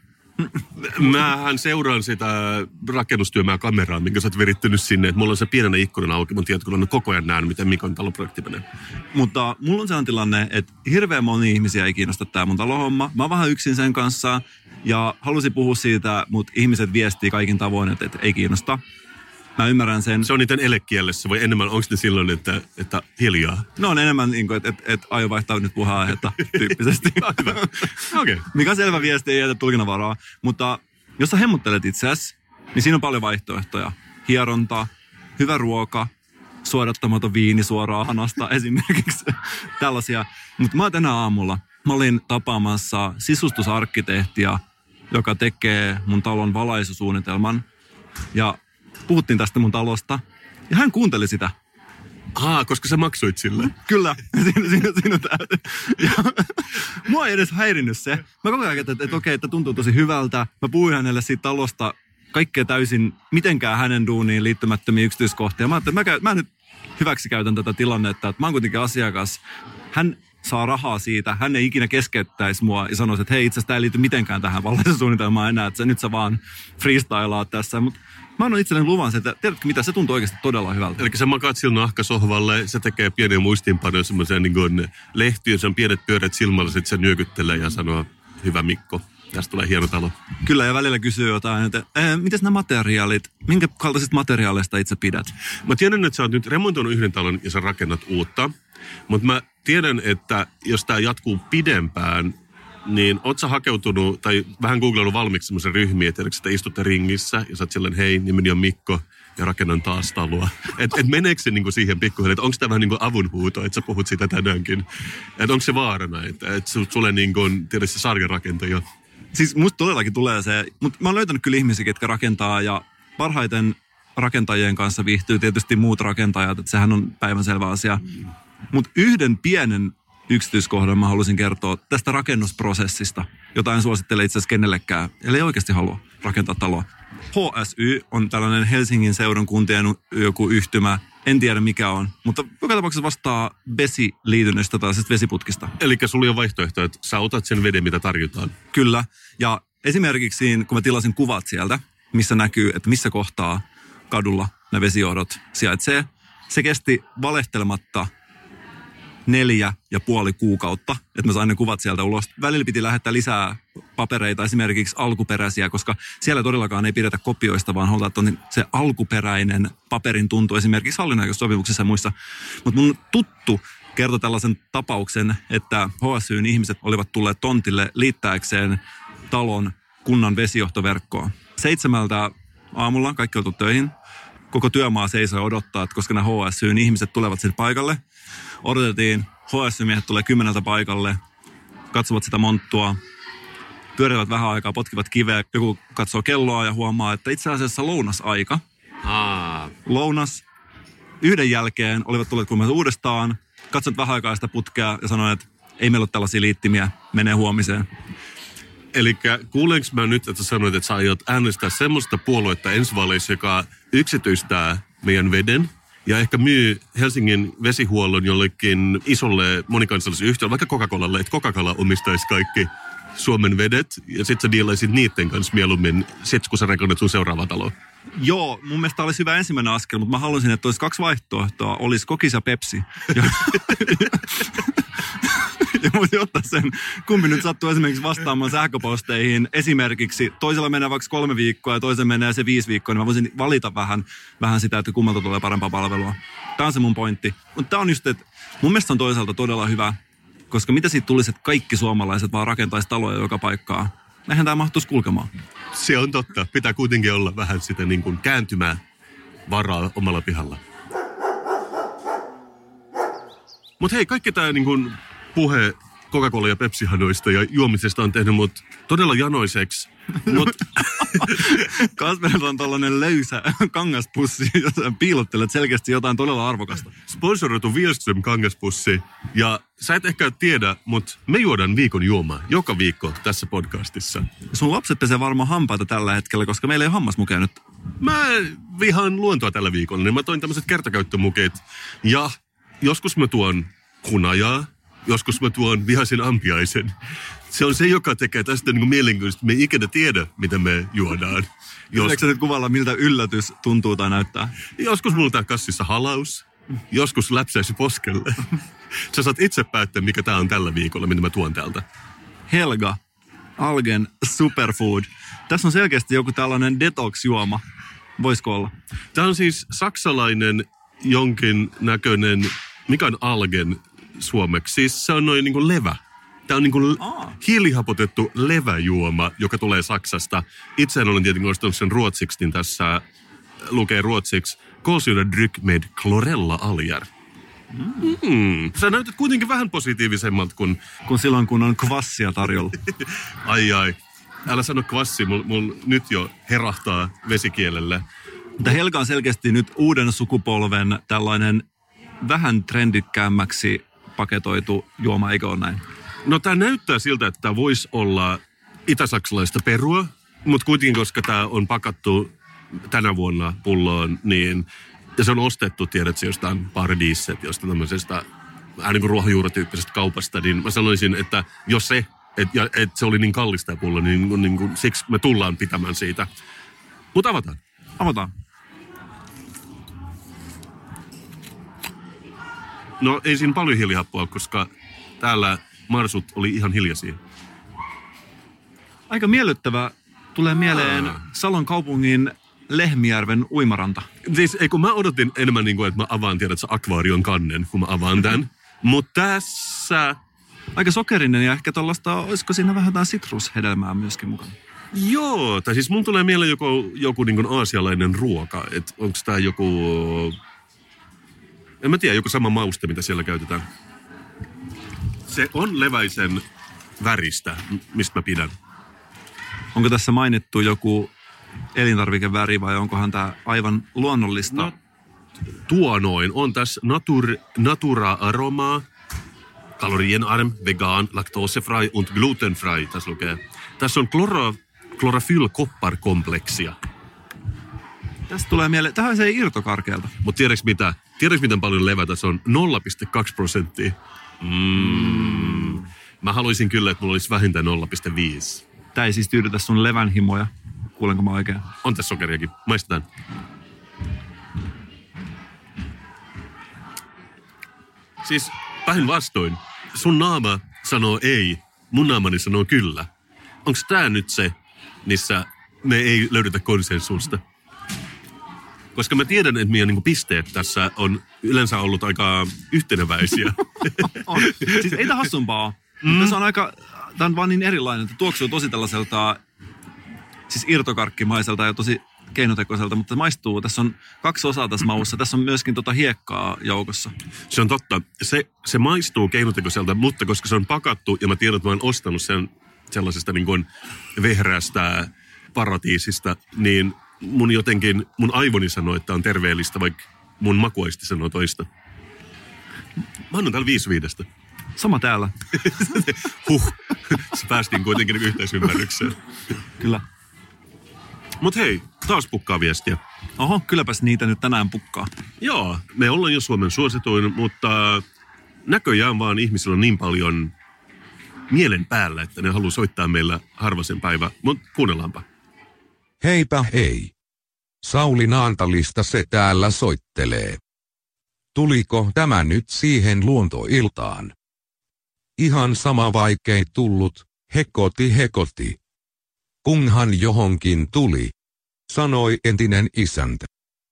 Mähän seuraan sitä rakennustyömää kameraa, minkä sä oot virittänyt sinne. Että mulla on se pienenä ikkunan auki, mun tietokoneen on koko ajan nähnyt, miten Mikon taloprojekti menee. Mutta mulla on sellainen tilanne, että hirveän moni ihmisiä ei kiinnosta tää mun talohomma. Mä oon vähän yksin sen kanssa ja halusin puhua siitä, mutta ihmiset viestii kaikin tavoin, että ei kiinnosta. Mä ymmärrän sen. Se on niiden elekielessä vai enemmän, onko ne silloin, että hiljaa? No on enemmän, niin että aio vaihtaa nyt puheenaihetta tyyppisesti. Okay. Mikä on selvä viesti, ei jätä tulkinnanvaraa. Mutta jos sä hemmottelet itseäsi, niin siinä on paljon vaihtoehtoja. Hieronta, hyvä ruoka, suodattamaton viini suoraan hanasta esimerkiksi. Tällaisia. Mutta mä oon tänä aamulla. Mä olin tapaamassa sisustusarkkitehtiä, joka tekee mun talon valaisusuunnitelman. Ja puhuttiin tästä mun talosta. Ja hän kuunteli sitä. Koska sä maksoit sille. Kyllä. Siinä tää. Ja mua ei edes häirinnyt se. Mä koko ajan että okei, että tuntuu tosi hyvältä. Mä puhuin hänelle siitä talosta kaikkea täysin mitenkään hänen duuniin liittymättömiä yksityiskohtia. Mä ajattelin, että mä nyt hyväksi käytän tätä tilannetta, että mä oon kuitenkin asiakas. Hän saa rahaa siitä. Hän ei ikinä keskeyttäisi mua ja sanoisi, että hei, itse asiassa tää ei liity mitenkään tähän valaisusuunnitelmaan enää, että nyt sä vaan freestylaat tässä. Mutta mä annan itselleni luvan, että tiedätkö mitä, se tuntuu oikeasti todella hyvältä. Eli sä makaat sillä nahkasohvalle, se tekee pieniä muistiinpanoja semmoiseen niin kuin lehtiön, sen pienet pyörät silmällä, sit se nyökyttelee ja sanoo, hyvä Mikko. tästä tulee hieno talo. Kyllä, ja välillä kysyy jotain, että mitäs nämä materiaalit, minkä kaltaisista materiaaleista itse pidät? Mä tiedän, että sä oot nyt remontoinut yhden talon ja sä rakennat uutta, mutta mä tiedän, että jos tää jatkuu pidempään, niin oot sä hakeutunut tai vähän googlannut valmiiksi semmoisen ryhmiä, että te istutte ringissä ja sä oot silleen, hei, nimeni on Mikko ja rakennan taas taloa. Et meneekö se niinku siihen pikkuhiljaa, että onko tämä vähän niinku avunhuuto, että sä puhut siitä tänäänkin? Että onko se vaarana, että sulle niinku on tietysti sarjarakentaja? Siis musta todellakin tulee se, mutta mä oon löytänyt kyllä ihmisiä, ketkä rakentaa ja parhaiten rakentajien kanssa viihtyy tietysti muut rakentajat, että sehän on päivänselvä asia. Mutta yhden pienen yksityiskohdan mä haluaisin kertoa tästä rakennusprosessista, jota en suosittele itse asiassa kenellekään, eli ei oikeasti halua rakentaa taloa. HSY on tällainen Helsingin seudun kuntien joku yhtymä, en tiedä mikä on, mutta joka tapauksessa vastaa vesiliitynnöstä tai vesiputkista. Eli sulla on vaihtoehto, että sä otat sen veden, mitä tarjotaan. Kyllä, ja esimerkiksi kun mä tilasin kuvat sieltä, missä näkyy, että missä kohtaa kadulla ne vesijohdot sijaitsee, se kesti valehtelematta 4,5 kuukautta, että mä sain ne kuvat sieltä ulos. Välillä piti lähettää lisää papereita, esimerkiksi alkuperäisiä, koska siellä todellakaan ei pidetä kopioista, vaan halutaan, että se alkuperäinen paperin tuntu esimerkiksi hallinnoikeussopimuksissa ja muissa. Mutta mun tuttu kertoi tällaisen tapauksen, että HSY:n ihmiset olivat tulleet tontille liittääkseen talon kunnan vesijohtoverkkoon. 7 aamulla kaikki oltu töihin. Koko työmaa seisoi odottaa, että koska nämä HSY:n ihmiset tulevat sinne paikalle. Odotettiin, HSY-miehet tulee 10 paikalle, katsovat sitä monttua, pyörivät vähän aikaa, potkivat kiveä. Joku katsoo kelloa ja huomaa, että itse asiassa lounasaika. Lounas. Yhden jälkeen olivat tulleet kuulemma uudestaan, katsovat vähän aikaa sitä putkea ja sanoivat, että ei meillä ole tällaisia liittimiä, menee huomiseen. Eli kuulenko mä nyt, että sanoit, että sä aiot äänestää semmoista puoluetta ensi vaaleissa, joka yksityistää meidän veden ja ehkä myy Helsingin vesihuollon jollekin isolle monikansalliselle yhtiölle, vaikka Coca-Colalle, että Coca-Cola omistaisi kaikki Suomen vedet ja sit sä dealaisit niiden kanssa mieluummin sit, kun sä rakennat sun seuraava talo. Joo, mun mielestä olisi hyvä ensimmäinen askel, mutta mä haluaisin, että olisi 2 vaihtoehtoa. Olisi Kokis ja Pepsi. Ja voisi ottaa sen, kumpi nyt sattuu esimerkiksi vastaamaan sähköposteihin. Esimerkiksi toisella menee vaikka 3 viikkoa ja toisella menee se 5 viikkoa, niin mä voisin valita vähän sitä, että kummalta tulee parempaa palvelua. Tämä on se mun pointti. Mutta tämä on just, että mun mielestä on toisaalta todella hyvä, koska mitä siitä tulisi, että kaikki suomalaiset vaan rakentaisi taloja joka paikkaa. Eihän tämä mahtuisi kulkemaan. Se on totta. Pitää kuitenkin olla vähän sitä niin kuin kääntymää varaa omalla pihalla. Mutta hei, kaikki tämä niin kuin puhe Coca-Cola ja Pepsi-hanoista ja juomisesta on tehnyt mut todella janoiseksi. Kasperilla on tollainen löysä kangaspussi, jota piilottelet selkeästi jotain todella arvokasta. Sponsoroitu Wihlström-kangaspussi. Ja sä et ehkä tiedä, mutta me juodaan viikon juomaa joka viikko tässä podcastissa. Sun lapset pesee varmaan hampaita tällä hetkellä, koska meillä ei ole hammasmukeja nyt. Mä vihaan luontoa tällä viikolla, niin mä toin tämmöiset kertakäyttömukit. Ja joskus mä tuon hunajaa, joskus mä tuon vihaisen ampiaisen. Se on se, joka tekee tästä niin kuin mielenkiintoista. Me ei ikinä tiedä, mitä me juodaan. Eikö sä nyt kuvalla, miltä yllätys tuntuu tai näyttää? Joskus mulla on kassissa halaus, joskus läpsäisi poskelle. Sä saat itse päättää, mikä tää on tällä viikolla, mitä mä tuon täältä. Helga, Algen Superfood. Tässä on selkeästi joku tällainen detox-juoma. Voisiko olla? Tää on siis saksalainen jonkin näköinen, mikä on Algen suomeksi? Siis se on noin niin kuin levä. Tämä on niin kuin hiilihapotettu leväjuoma, joka tulee Saksasta. Itse olen tietenkin ostanut sen ruotsiksi, niin tässä lukee ruotsiksi Kolsyradryck med chlorella alger. Sä näytät kuitenkin vähän positiivisemmalta kuin silloin, kun on kvassia tarjolla. Ai. Älä sano kvassi, mul nyt jo herahtaa vesikielelle. Mutta Helga on selkeästi nyt uuden sukupolven tällainen vähän trendikkäämmäksi paketoitu juoma, eikö ole näin? No tää näyttää siltä, että tää voisi olla itä-saksalaista perua, mutta kuitenkin, koska tää on pakattu tänä vuonna pulloon, niin ja se on ostettu, tiedätkö, jostain Paradiset, jostain tämmöisestä vähän niin kuin ruohonjuurityyppisestä kaupasta, niin mä sanoisin, että jos se, että se oli niin kallista pullo, niin siksi me tullaan pitämään siitä. Mutta avataan. Avataan. No ei siinä paljon hiilihappoa, koska täällä marsut oli ihan hiljaisia. Aika miellyttävä. Tulee mieleen Salon kaupungin Lehmijärven uimaranta. Siis kun mä odotin enemmän niin kuin, että mä avaan, tiedätkö, akvaarion kannen, kun mä avaan tämän. Mutta tässä... Aika sokerinen ja ehkä tuollaista, olisiko siinä vähän jotain sitrushedelmää myöskin mukana? Joo, tai siis mun tulee mieleen joku niin kuin aasialainen ruoka. Että onko tää joku... En mä tiedä, joku sama mauste, mitä siellä käytetään. Se on leväisen väristä, mistä mä pidän. Onko tässä mainittu joku elintarvikeväri vai onkohan tämä aivan luonnollista? No, tuo noin. On tässä Natura Aroma, kalorienarm, vegan, laktosefri und glutenfri. Tässä lukee. Tässä on klorofyll-kopparkompleksia. Tästä tulee mieleen, tähän se ei irtokarkealta. Mutta tiedätkö mitä? Tiedätkö miten paljon levä tässä on? 0,2%. Mä haluaisin kyllä, että mulla olisi vähintään 0,5. Tää ei siis tyydytä sun levänhimoja. Kuulenko mä oikein? On tässä sokeriakin. Maistetaan. Siis päinvastoin. Sun naama sanoo ei, mun naamani sanoo kyllä. Onko tää nyt se, missä me ei löydetä konsensusta? Koska mä tiedän, että meidän niin pisteet tässä on yleensä ollut aika yhteneväisiä. On. Siis ei tää hassumpaa. Tässä on tää on vaan niin erilainen, että tuoksuu tosi tällaiselta, siis irtokarkkimaiselta ja tosi keinotekoiselta, mutta maistuu. Tässä on 2 osaa tässä maussa. Tässä on myöskin hiekkaa joukossa. Se on totta. Se maistuu keinotekoiselta, mutta koska se on pakattu ja mä tiedän, että mä oon ostanut sen sellaisesta niin kuin vehreästä paratiisista, niin mun aivoni sanoo, että on terveellistä, vaikka mun makuaisti sanoo toista. Mä annan täällä 5/5. Sama täällä. Se päästiin kuitenkin yhteisymmärrykseen. Kyllä. Mut hei, taas pukkaa viestiä. Oho, kylläpäs niitä nyt tänään pukkaa. Joo, me ollaan jo Suomen suosituin, mutta näköjään vaan ihmisillä on niin paljon mielen päällä, että ne haluaa soittaa meillä harvasen päivä. Mut kuunnellaanpa. Heipä hei. Sauli Naantalista se täällä soittelee. Tuliko tämä nyt siihen luontoiltaan? Ihan sama vaikkei tullut, hekoti. Kunhan johonkin tuli, sanoi entinen isäntä.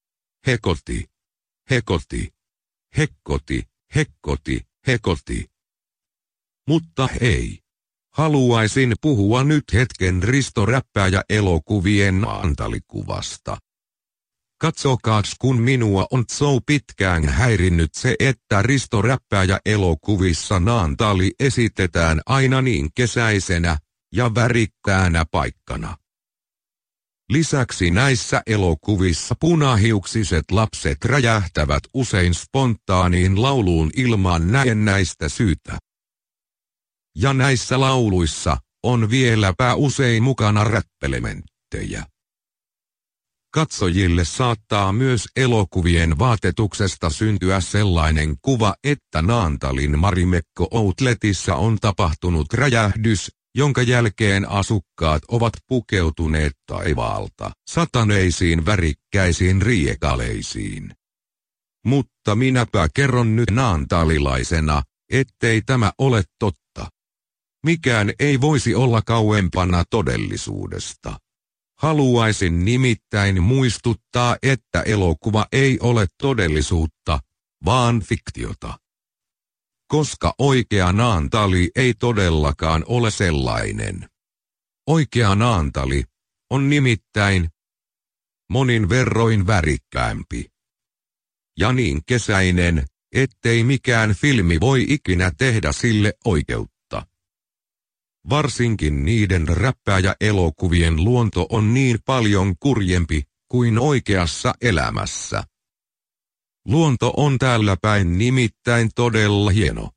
Hekkoti. Mutta hei. Haluaisin puhua nyt hetken Risto Räppääjä-elokuvien Naantalikuvasta. Katsokaas, kun minua on so pitkään häirinnyt se, että Risto Räppääjä-elokuvissa Naantali esitetään aina niin kesäisenä ja värikkäänä paikkana. Lisäksi näissä elokuvissa punahiuksiset lapset räjähtävät usein spontaaniin lauluun ilman näennäistä syytä. Ja näissä lauluissa on vieläpä usein mukana räppelementtejä. Katsojille saattaa myös elokuvien vaatetuksesta syntyä sellainen kuva, että Naantalin Marimekko Outletissa on tapahtunut räjähdys, jonka jälkeen asukkaat ovat pukeutuneet taivaalta sataneisiin värikkäisiin riekaleisiin. Mutta minäpä kerron nyt naantalilaisena, ettei tämä ole totta. Mikään ei voisi olla kauempana todellisuudesta. Haluaisin nimittäin muistuttaa, että elokuva ei ole todellisuutta, vaan fiktiota. Koska oikea Naantali ei todellakaan ole sellainen. Oikea Naantali on nimittäin monin verroin värikkäämpi. Ja niin kesäinen, ettei mikään filmi voi ikinä tehdä sille oikeutta. Varsinkin niiden räppääjä-elokuvien luonto on niin paljon kurjempi kuin oikeassa elämässä. Luonto on täällä päin nimittäin todella hieno.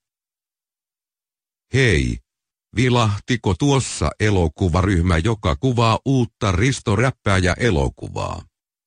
Hei, vilahtiko tuossa elokuvaryhmä, joka kuvaa uutta Risto Räppääjä-elokuvaa?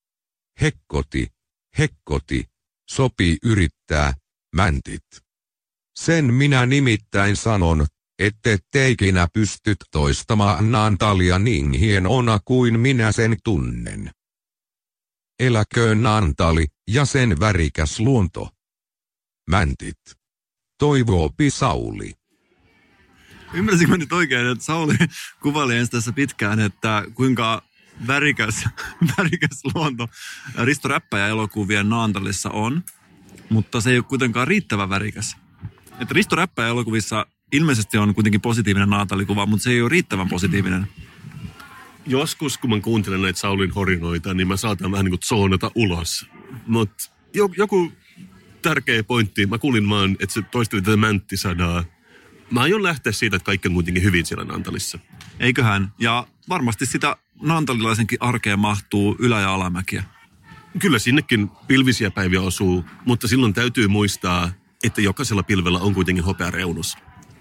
Hekkoti, sopii yrittää, mäntit. Sen minä nimittäin sanon, ette ikinä pystyt toistamaan Naantalia niin hienona kuin minä sen tunnen. Eläköön Naantali ja sen värikäs luonto. Mäntit. Toivoopi Sauli. Ymmärsinkö mä nyt oikein, että Sauli kuvaili ensin tässä pitkään, että kuinka värikäs luonto Risto Räppäjä-elokuvien Naantalissa on, mutta se ei ole kuitenkaan riittävän värikäs. Että Risto Räppäjä-elokuvissa ilmeisesti on kuitenkin positiivinen Naantalikuva, mutta se ei ole riittävän positiivinen. Joskus, kun mä kuuntelen näitä Saulin horinoita, niin mä saatan vähän niin kuin zoonata ulos. Mutta joku tärkeä pointti, mä kuulin vaan, että se toisteli tätä mänttisadaa. Mä aion lähteä siitä, että kaikki on kuitenkin hyvin siellä Naantalissa. Eiköhän. Ja varmasti sitä naantalilaisenkin arkeen mahtuu ylä- ja alamäkiä. Kyllä sinnekin pilvisiä päiviä osuu, mutta silloin täytyy muistaa, että jokaisella pilvellä on kuitenkin hopea reunus.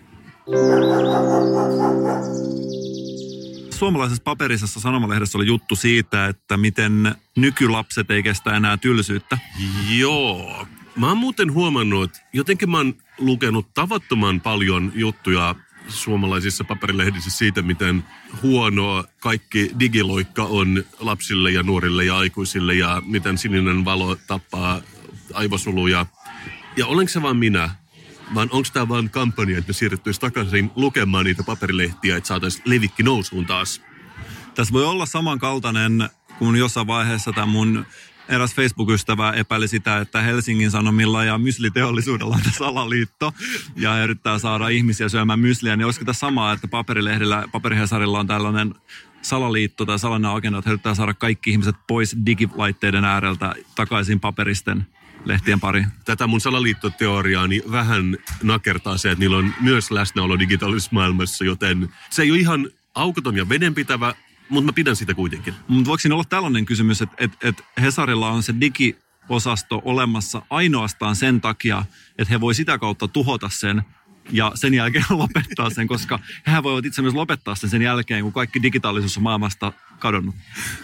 Suomalaisessa paperisessa sanomalehdessä oli juttu siitä, että miten nykylapset ei kestä enää tylsyyttä. Joo. Mä oon muuten huomannut, jotenkin mä oon lukenut tavattoman paljon juttuja suomalaisissa paperilehdissä siitä, miten huonoa kaikki digiloikka on lapsille ja nuorille ja aikuisille ja miten sininen valo tappaa aivosoluja. Ja olenko se vaan minä? Vaan onko tämä vaan kampanja, että me siirryttäisiin takaisin lukemaan niitä paperilehtiä, että saataisiin levikki nousuun taas? Tässä voi olla samankaltainen, kun jossain vaiheessa tämä mun eräs Facebook-ystävä epäili sitä, että Helsingin Sanomilla ja mysliteollisuudella on tässä salaliitto ja yrittää saada ihmisiä syömään mysliä, niin olisiko tässä samaa, että Paperihesarilla on tällainen salaliitto tai salainen agenda, että he yrittää saada kaikki ihmiset pois digilaitteiden ääreltä takaisin paperisten lehtien pariin? Tätä mun salaliittoteoriaani vähän nakertaa se, että niillä on myös läsnäolo digitaalisessa maailmassa, joten se ei ole ihan aukoton ja vedenpitävä, mutta mä pidän sitä kuitenkin. Mutta voiko siinä olla tällainen kysymys, että Hesarilla on se digiosasto olemassa ainoastaan sen takia, että he voi sitä kautta tuhota sen ja sen jälkeen lopettaa sen, koska he voivat itse myös lopettaa sen jälkeen, kun kaikki digitaalisuus on maailmasta kadonnut?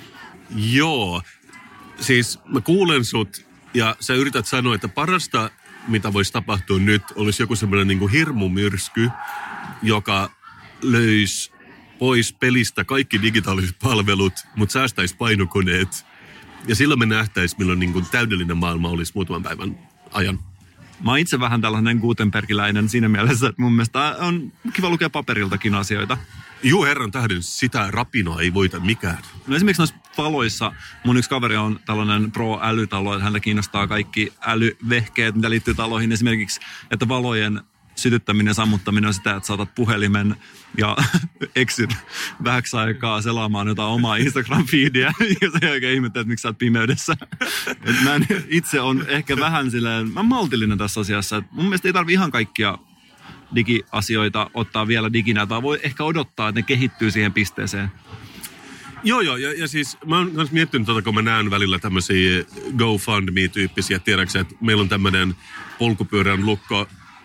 Joo. Siis mä kuulen sut ja sä yrität sanoa, että parasta, mitä voisi tapahtua nyt, olisi joku semmoinen niin kuin hirmumyrsky, joka löisi pois pelistä kaikki digitaaliset palvelut, mutta säästäisi painokoneet. Ja silloin me nähtäisiin, milloin niin kuin täydellinen maailma olisi muutaman päivän ajan. Mä oon itse vähän tällainen Gutenbergiläinen siinä mielessä, että mun mielestä on kiva lukea paperiltakin asioita. Juu, herran tähden, sitä rapinaa ei voita mikään. No esimerkiksi noissa valoissa, mun yksi kaveri on tällainen pro-älytalo, että häntä kiinnostaa kaikki älyvehkeet, mitä liittyy taloihin. Esimerkiksi, että valojen sytyttäminen ja sammuttaminen on sitä, että saatat puhelimen ja eksyt vähäksi aikaa selaamaan jotain omaa Instagram-feediä ja sen jälkeen ihmettelet, että miksi sä oot pimeydessä. Et mä itse on ehkä vähän silleen, mä maltillinen tässä asiassa. Et mun mielestä ei tarvi ihan kaikkia digiasioita ottaa vielä diginä, tai voi ehkä odottaa, että ne kehittyy siihen pisteeseen. Joo, ja siis mä oon myös miettinyt, kun mä näen välillä tämmöisiä GoFundMe-tyyppisiä, tiedäksä, että meillä on tämmöinen polkupyörän lukko,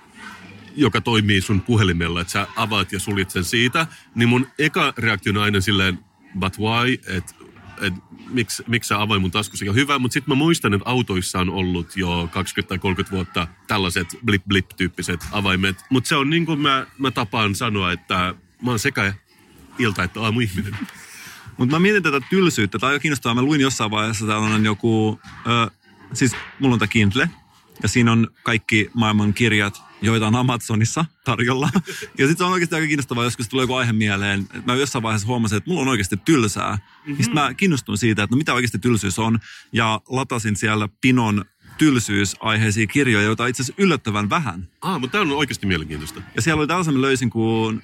joka toimii sun puhelimella, että sä avaat ja suljet sen siitä, niin mun eka reaktio on aina silleen, but why, että miksi sä avain mun taskussa, ja hyvä, mutta sitten mä muistan, että autoissa on ollut jo 20 tai 30 vuotta tällaiset blip-blip-tyyppiset avaimet, mutta se on niin kuin mä tapaan sanoa, että mä oon sekä ilta- että aamuihminen. Mutta mä mietin tätä tylsyyttä, tai on kiinnostavaa, mä luin jossain vaiheessa tällainen joku, siis mulla on tää Kindle, ja siinä on kaikki maailman kirjat, joita on Amazonissa tarjolla. Ja sitten se on oikeasti aika kiinnostavaa, joskus tulee joku aihe mieleen. Mä jossain vaiheessa huomasin, että mulla on oikeasti tylsää. Mm-hmm. Sitten mä kiinnostuin siitä, että no mitä oikeasti tylsyys on. Ja latasin siellä pinon tylsyysaiheisia kirjoja, joita on itse asiassa yllättävän vähän. Mutta tää on oikeasti mielenkiintoista. Ja siellä oli tällaisen löysin kuin,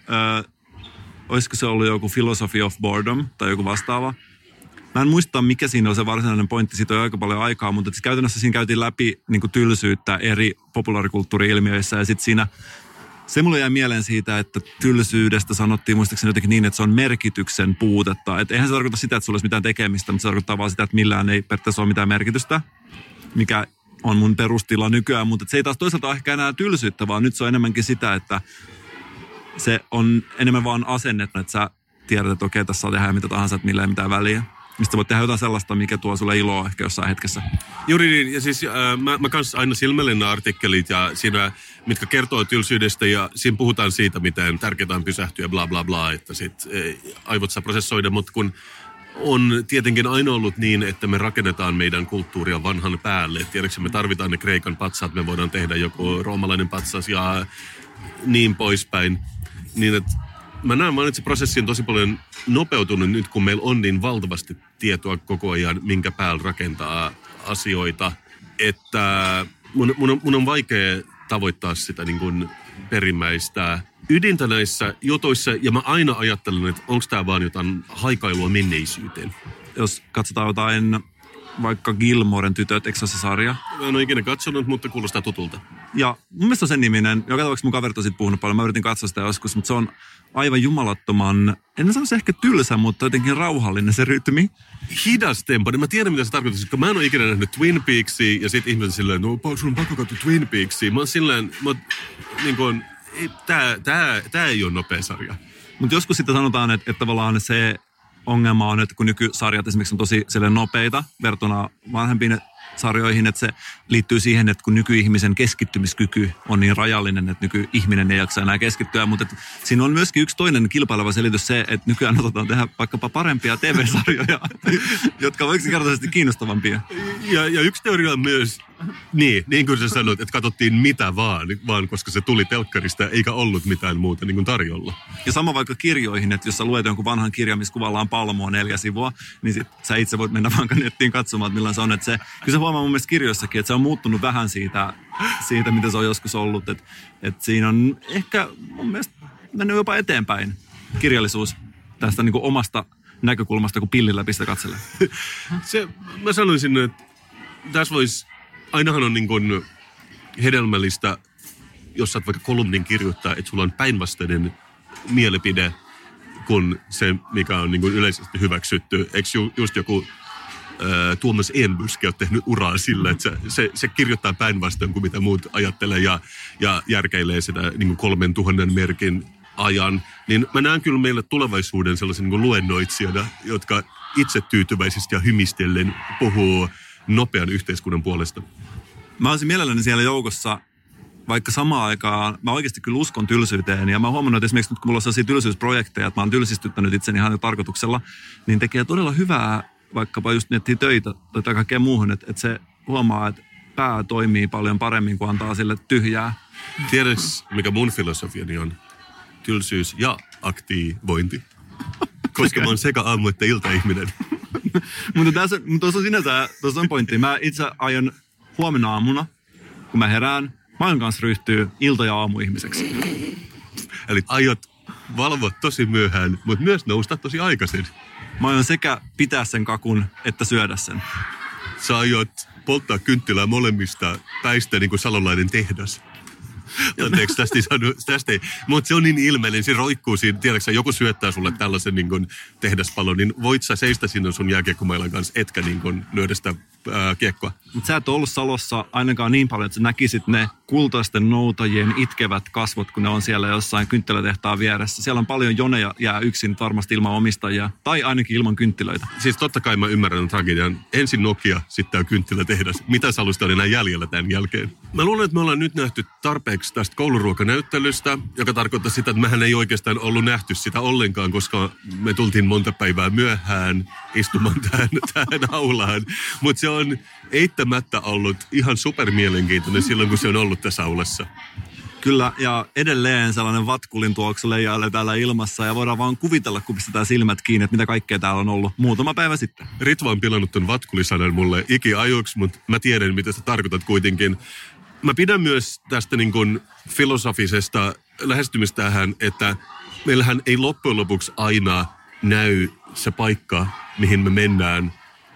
olisiko se ollut joku Philosophy of Boredom tai joku vastaava. Mä en muista, mikä siinä on se varsinainen pointti, siitä on aika paljon aikaa, mutta siis käytännössä siinä käytiin läpi niin kuin tylsyyttä eri populaarikulttuuri-ilmiöissä ja sitten siinä se mulle jäi mieleen siitä, että tylsyydestä sanottiin muistaakseni jotenkin niin, että se on merkityksen puutetta. Että eihän se tarkoita sitä, että sulla olisi mitään tekemistä, mutta se tarkoittaa vaan sitä, että millään ei periaatteessa ole mitään merkitystä, mikä on mun perustila nykyään, mutta se ei taas toisaalta ole ehkä enää tylsyyttä, vaan nyt se on enemmänkin sitä, että se on enemmän vaan asennetta, että sä tiedät, että okei, tässä saa tehdä mitä tahansa, että millä ei mitään väliä. Mistä voit tehdä jotain sellaista, mikä tuo sulle iloa ehkä jossain hetkessä. Juuri niin, ja siis mä kanssa aina silmäilen nämä artikkelit, ja siinä, mitkä kertoo tylsyydestä, ja siinä puhutaan siitä, miten tärkeää on pysähtyä, bla bla bla, että sit aivot saa prosessoida, mutta kun on tietenkin aina ollut niin, että me rakennetaan meidän kulttuuria vanhan päälle. Tiedätkö, me tarvitaan ne Kreikan patsaat, me voidaan tehdä joku roomalainen patsas ja niin poispäin. niin että mä näen vaan, että se prosessi on tosi paljon nopeutunut nyt, kun meillä on niin valtavasti tietoa koko ajan, minkä päällä rakentaa asioita, että mun on vaikea tavoittaa sitä niin kuin perimmäistä ydintä näissä jutuissa, ja mä aina ajattelen, että onko tää vaan jotain haikailua menneisyyteen. Jos katsotaan jotain vaikka Gilmoren tytöt, eikö se ole se sarja? Mä en ole ikinä katsonut, mutta kuulostaa tutulta. Ja mun mielestä on sen niminen, joka tapauksessa mun kaverit on siitä puhunut paljon, mä yritin katsoa sitä joskus, mutta se on aivan jumalattoman, en sano se ehkä tylsä, mutta jotenkin rauhallinen se rytmi. Hidas tempo, niin mä tiedän mitä se tarkoittaa, koska mä en ole ikinä nähnyt Twin Peaksia, ja sit ihmiset silleen, no sun on pakko katsoa Twin Peaksia. Mä oon silleen, niin kuin, tää ei ole nopea sarja. Mutta joskus sitten sanotaan, että tavallaan se ongelma on, että kun nykysarjat esimerkiksi on tosi nopeita verrattuna vanhempiin sarjoihin, että se liittyy siihen, että kun nykyihmisen keskittymiskyky on niin rajallinen, että nykyihminen ei jaksa enää keskittyä, mutta siinä on myöskin yksi toinen kilpaileva selitys se, että nykyään otetaan tehdä vaikkapa parempia TV-sarjoja, jotka ovat yksinkertaisesti kiinnostavampia. Ja yksi teoria on myös, niin kuin sä sanoit, että katsottiin mitä vaan koska se tuli telkkarista eikä ollut mitään muuta niin kuin tarjolla. Ja sama vaikka kirjoihin, että jos sä luet jonkun vanhan kirjan, missä kuvallaan palmoa 4 sivua, niin sit sä itse voit mennä vaikka nettiin katsomaan, että millainen se on. Että se, kyllä se huomaa mun mielestä kirjoissakin, että se on muuttunut vähän siitä mitä se on joskus ollut. Että siinä on ehkä mun mielestä mennyt jopa eteenpäin kirjallisuus tästä niin kuin omasta näkökulmasta, kun pillillä pistä katselee. Mä sanoisin, että tässä voisi, ainahan on niin kuin hedelmällistä, jos sä oot vaikka kolumnin kirjoittaa, että sulla on päinvastainen mielipide kuin se, mikä on niin kuin yleisesti hyväksytty. Eikö just joku Tuomas Enbuske on tehnyt uraa sillä, että se kirjoittaa päinvastoin kuin mitä muut ajattelee ja järkeilee sitä niin kuin 3000 merkin ajan. Niin mä näen kyllä meille tulevaisuuden sellaisen niin kuin luennoitsijana, jotka itse tyytyväisesti ja hymistellen puhuu nopean yhteiskunnan puolesta. Mä olisin mielelläni siellä joukossa, vaikka samaan aikaan mä oikeasti kyllä uskon tylsyyteen. Ja mä oon huomannut, että esimerkiksi nyt kun mulla on sellaisia tylsyysprojekteja, että mä oon tylsistyttänyt itseni ihan tarkoituksella, niin tekee todella hyvää, vaikkapa just miettii töitä tai kaikkea muuhun, että se huomaa, että pää toimii paljon paremmin, kun antaa sille tyhjää. Tiedätkö, mikä mun filosofiani on? Tylsyys ja aktivointi. Koska mä oon sekä aamu- että iltaihminen. Mutta tuossa on sinänsä, tuossa on pointti. Mä itse aion huomenna aamuna, kun mä herään, mä aion kanssa ryhtyä ilta- ja aamuihmiseksi. Eli aiot valvoa tosi myöhään, mutta myös nousta tosi aikaisin. Mä aion sekä pitää sen kakun, että syödä sen. Sä aiot polttaa kynttilää molemmista päistä niin kuin salolainen tehdas. Anteeksi, tästä ei. Mutta se on niin ilmeinen, se roikkuu siinä. Tiedätkö joku syöttää sulle tällaisen niin kun tehdaspallon, niin voit sä seistä sinne sun jääkiekkomailan kanssa, etkä niin kun lyödä sitä kiekkoa. Mutta sä et ollut Salossa ainakaan niin paljon, että sä näkisit ne kultaisten noutajien itkevät kasvot, kun ne on siellä jossain kynttilätehtaan vieressä. Siellä on paljon joneja jää yksin varmasti ilman omistajia, tai ainakin ilman kynttilöitä. Siis totta kai mä ymmärrän tragedian. Ensin Nokia, sitten tämä kynttilätehdas. Mitä Salosta on enää jäljellä tämän jälkeen? Mä luulen, että me ollaan nyt nähty tarpeeksi tästä kouluruokanäyttelystä, joka tarkoittaa sitä, että mehän ei oikeastaan ollut nähty sitä ollenkaan, koska me tultiin monta päivää myöhään istumaan tähän aulaan. Mutta se on eittämättä ollut ihan supermielenkiintoinen silloin, kun se on ollut tässä aulassa. Kyllä, ja edelleen sellainen vatkulin tuoksu leijailee täällä ilmassa, ja voidaan vaan kuvitella, kun pistetään silmät kiinni, että mitä kaikkea täällä on ollut muutama päivä sitten. Ritva on pilannut ton vatkulisanan mulle ikiajoiksi, mutta mä tiedän, mitä sä tarkoitat kuitenkin. Mä pidän myös tästä niin kuin filosofisesta lähestymistä tähän, että meillähän ei loppujen lopuksi aina näy se paikka, mihin me mennään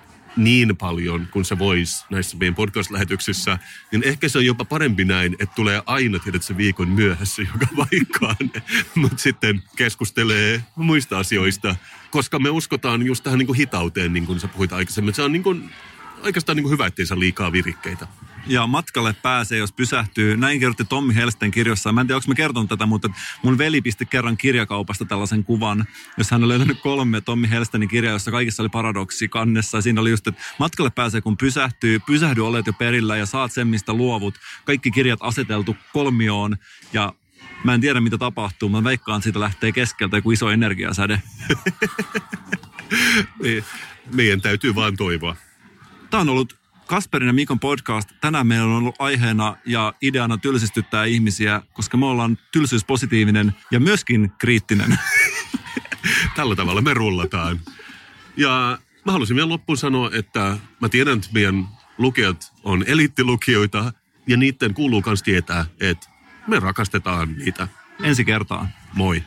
niin paljon kuin se voisi näissä meidän podcast-lähetyksissä, niin ehkä se on jopa parempi näin, että tulee aina, tiedät se viikon myöhässä joka paikkaan, mutta sitten keskustelee muista asioista, koska me uskotaan just tähän niin kuin hitauteen, niin kuin sä puhuit aikaisemmin. Se on niin kuin, oikeastaan niin kuin hyvä, ettei saa liikaa virikkeitä. Ja matkalle pääsee, jos pysähtyy. Näin kirjoitti Tommi Helsten kirjassa. Mä en tiedä, onko mä kertonut tätä, mutta mun veli pisti kerran kirjakaupasta tällaisen kuvan, jos hän on löytänyt 3 Tommi Helstenin kirjaa, jossa kaikissa oli paradoksi kannessa. Ja siinä oli just, että matkalle pääsee, kun pysähdy, olet jo perillä ja saat sen, mistä luovut. Kaikki kirjat aseteltu kolmioon ja mä en tiedä, mitä tapahtuu. Mä veikkaan, että siitä lähtee keskeltä joku iso energiasäde. Meidän täytyy vaan toivoa. Tämä on ollut Kasperin ja Mikon podcast. Tänään meillä on ollut aiheena ja ideana tylsistyttää ihmisiä, koska me ollaan tylsyyspositiivinen ja myöskin kriittinen. Tällä tavalla me rullataan. Ja mä haluaisin vielä loppuun sanoa, että mä tiedän, että meidän lukijat on eliittilukijoita ja niiden kuuluu myös tietää, että me rakastetaan niitä. Ensi kertaan. Moi.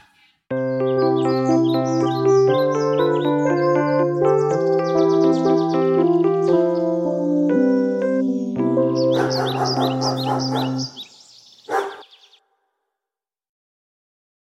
Ha ha ha ha ha.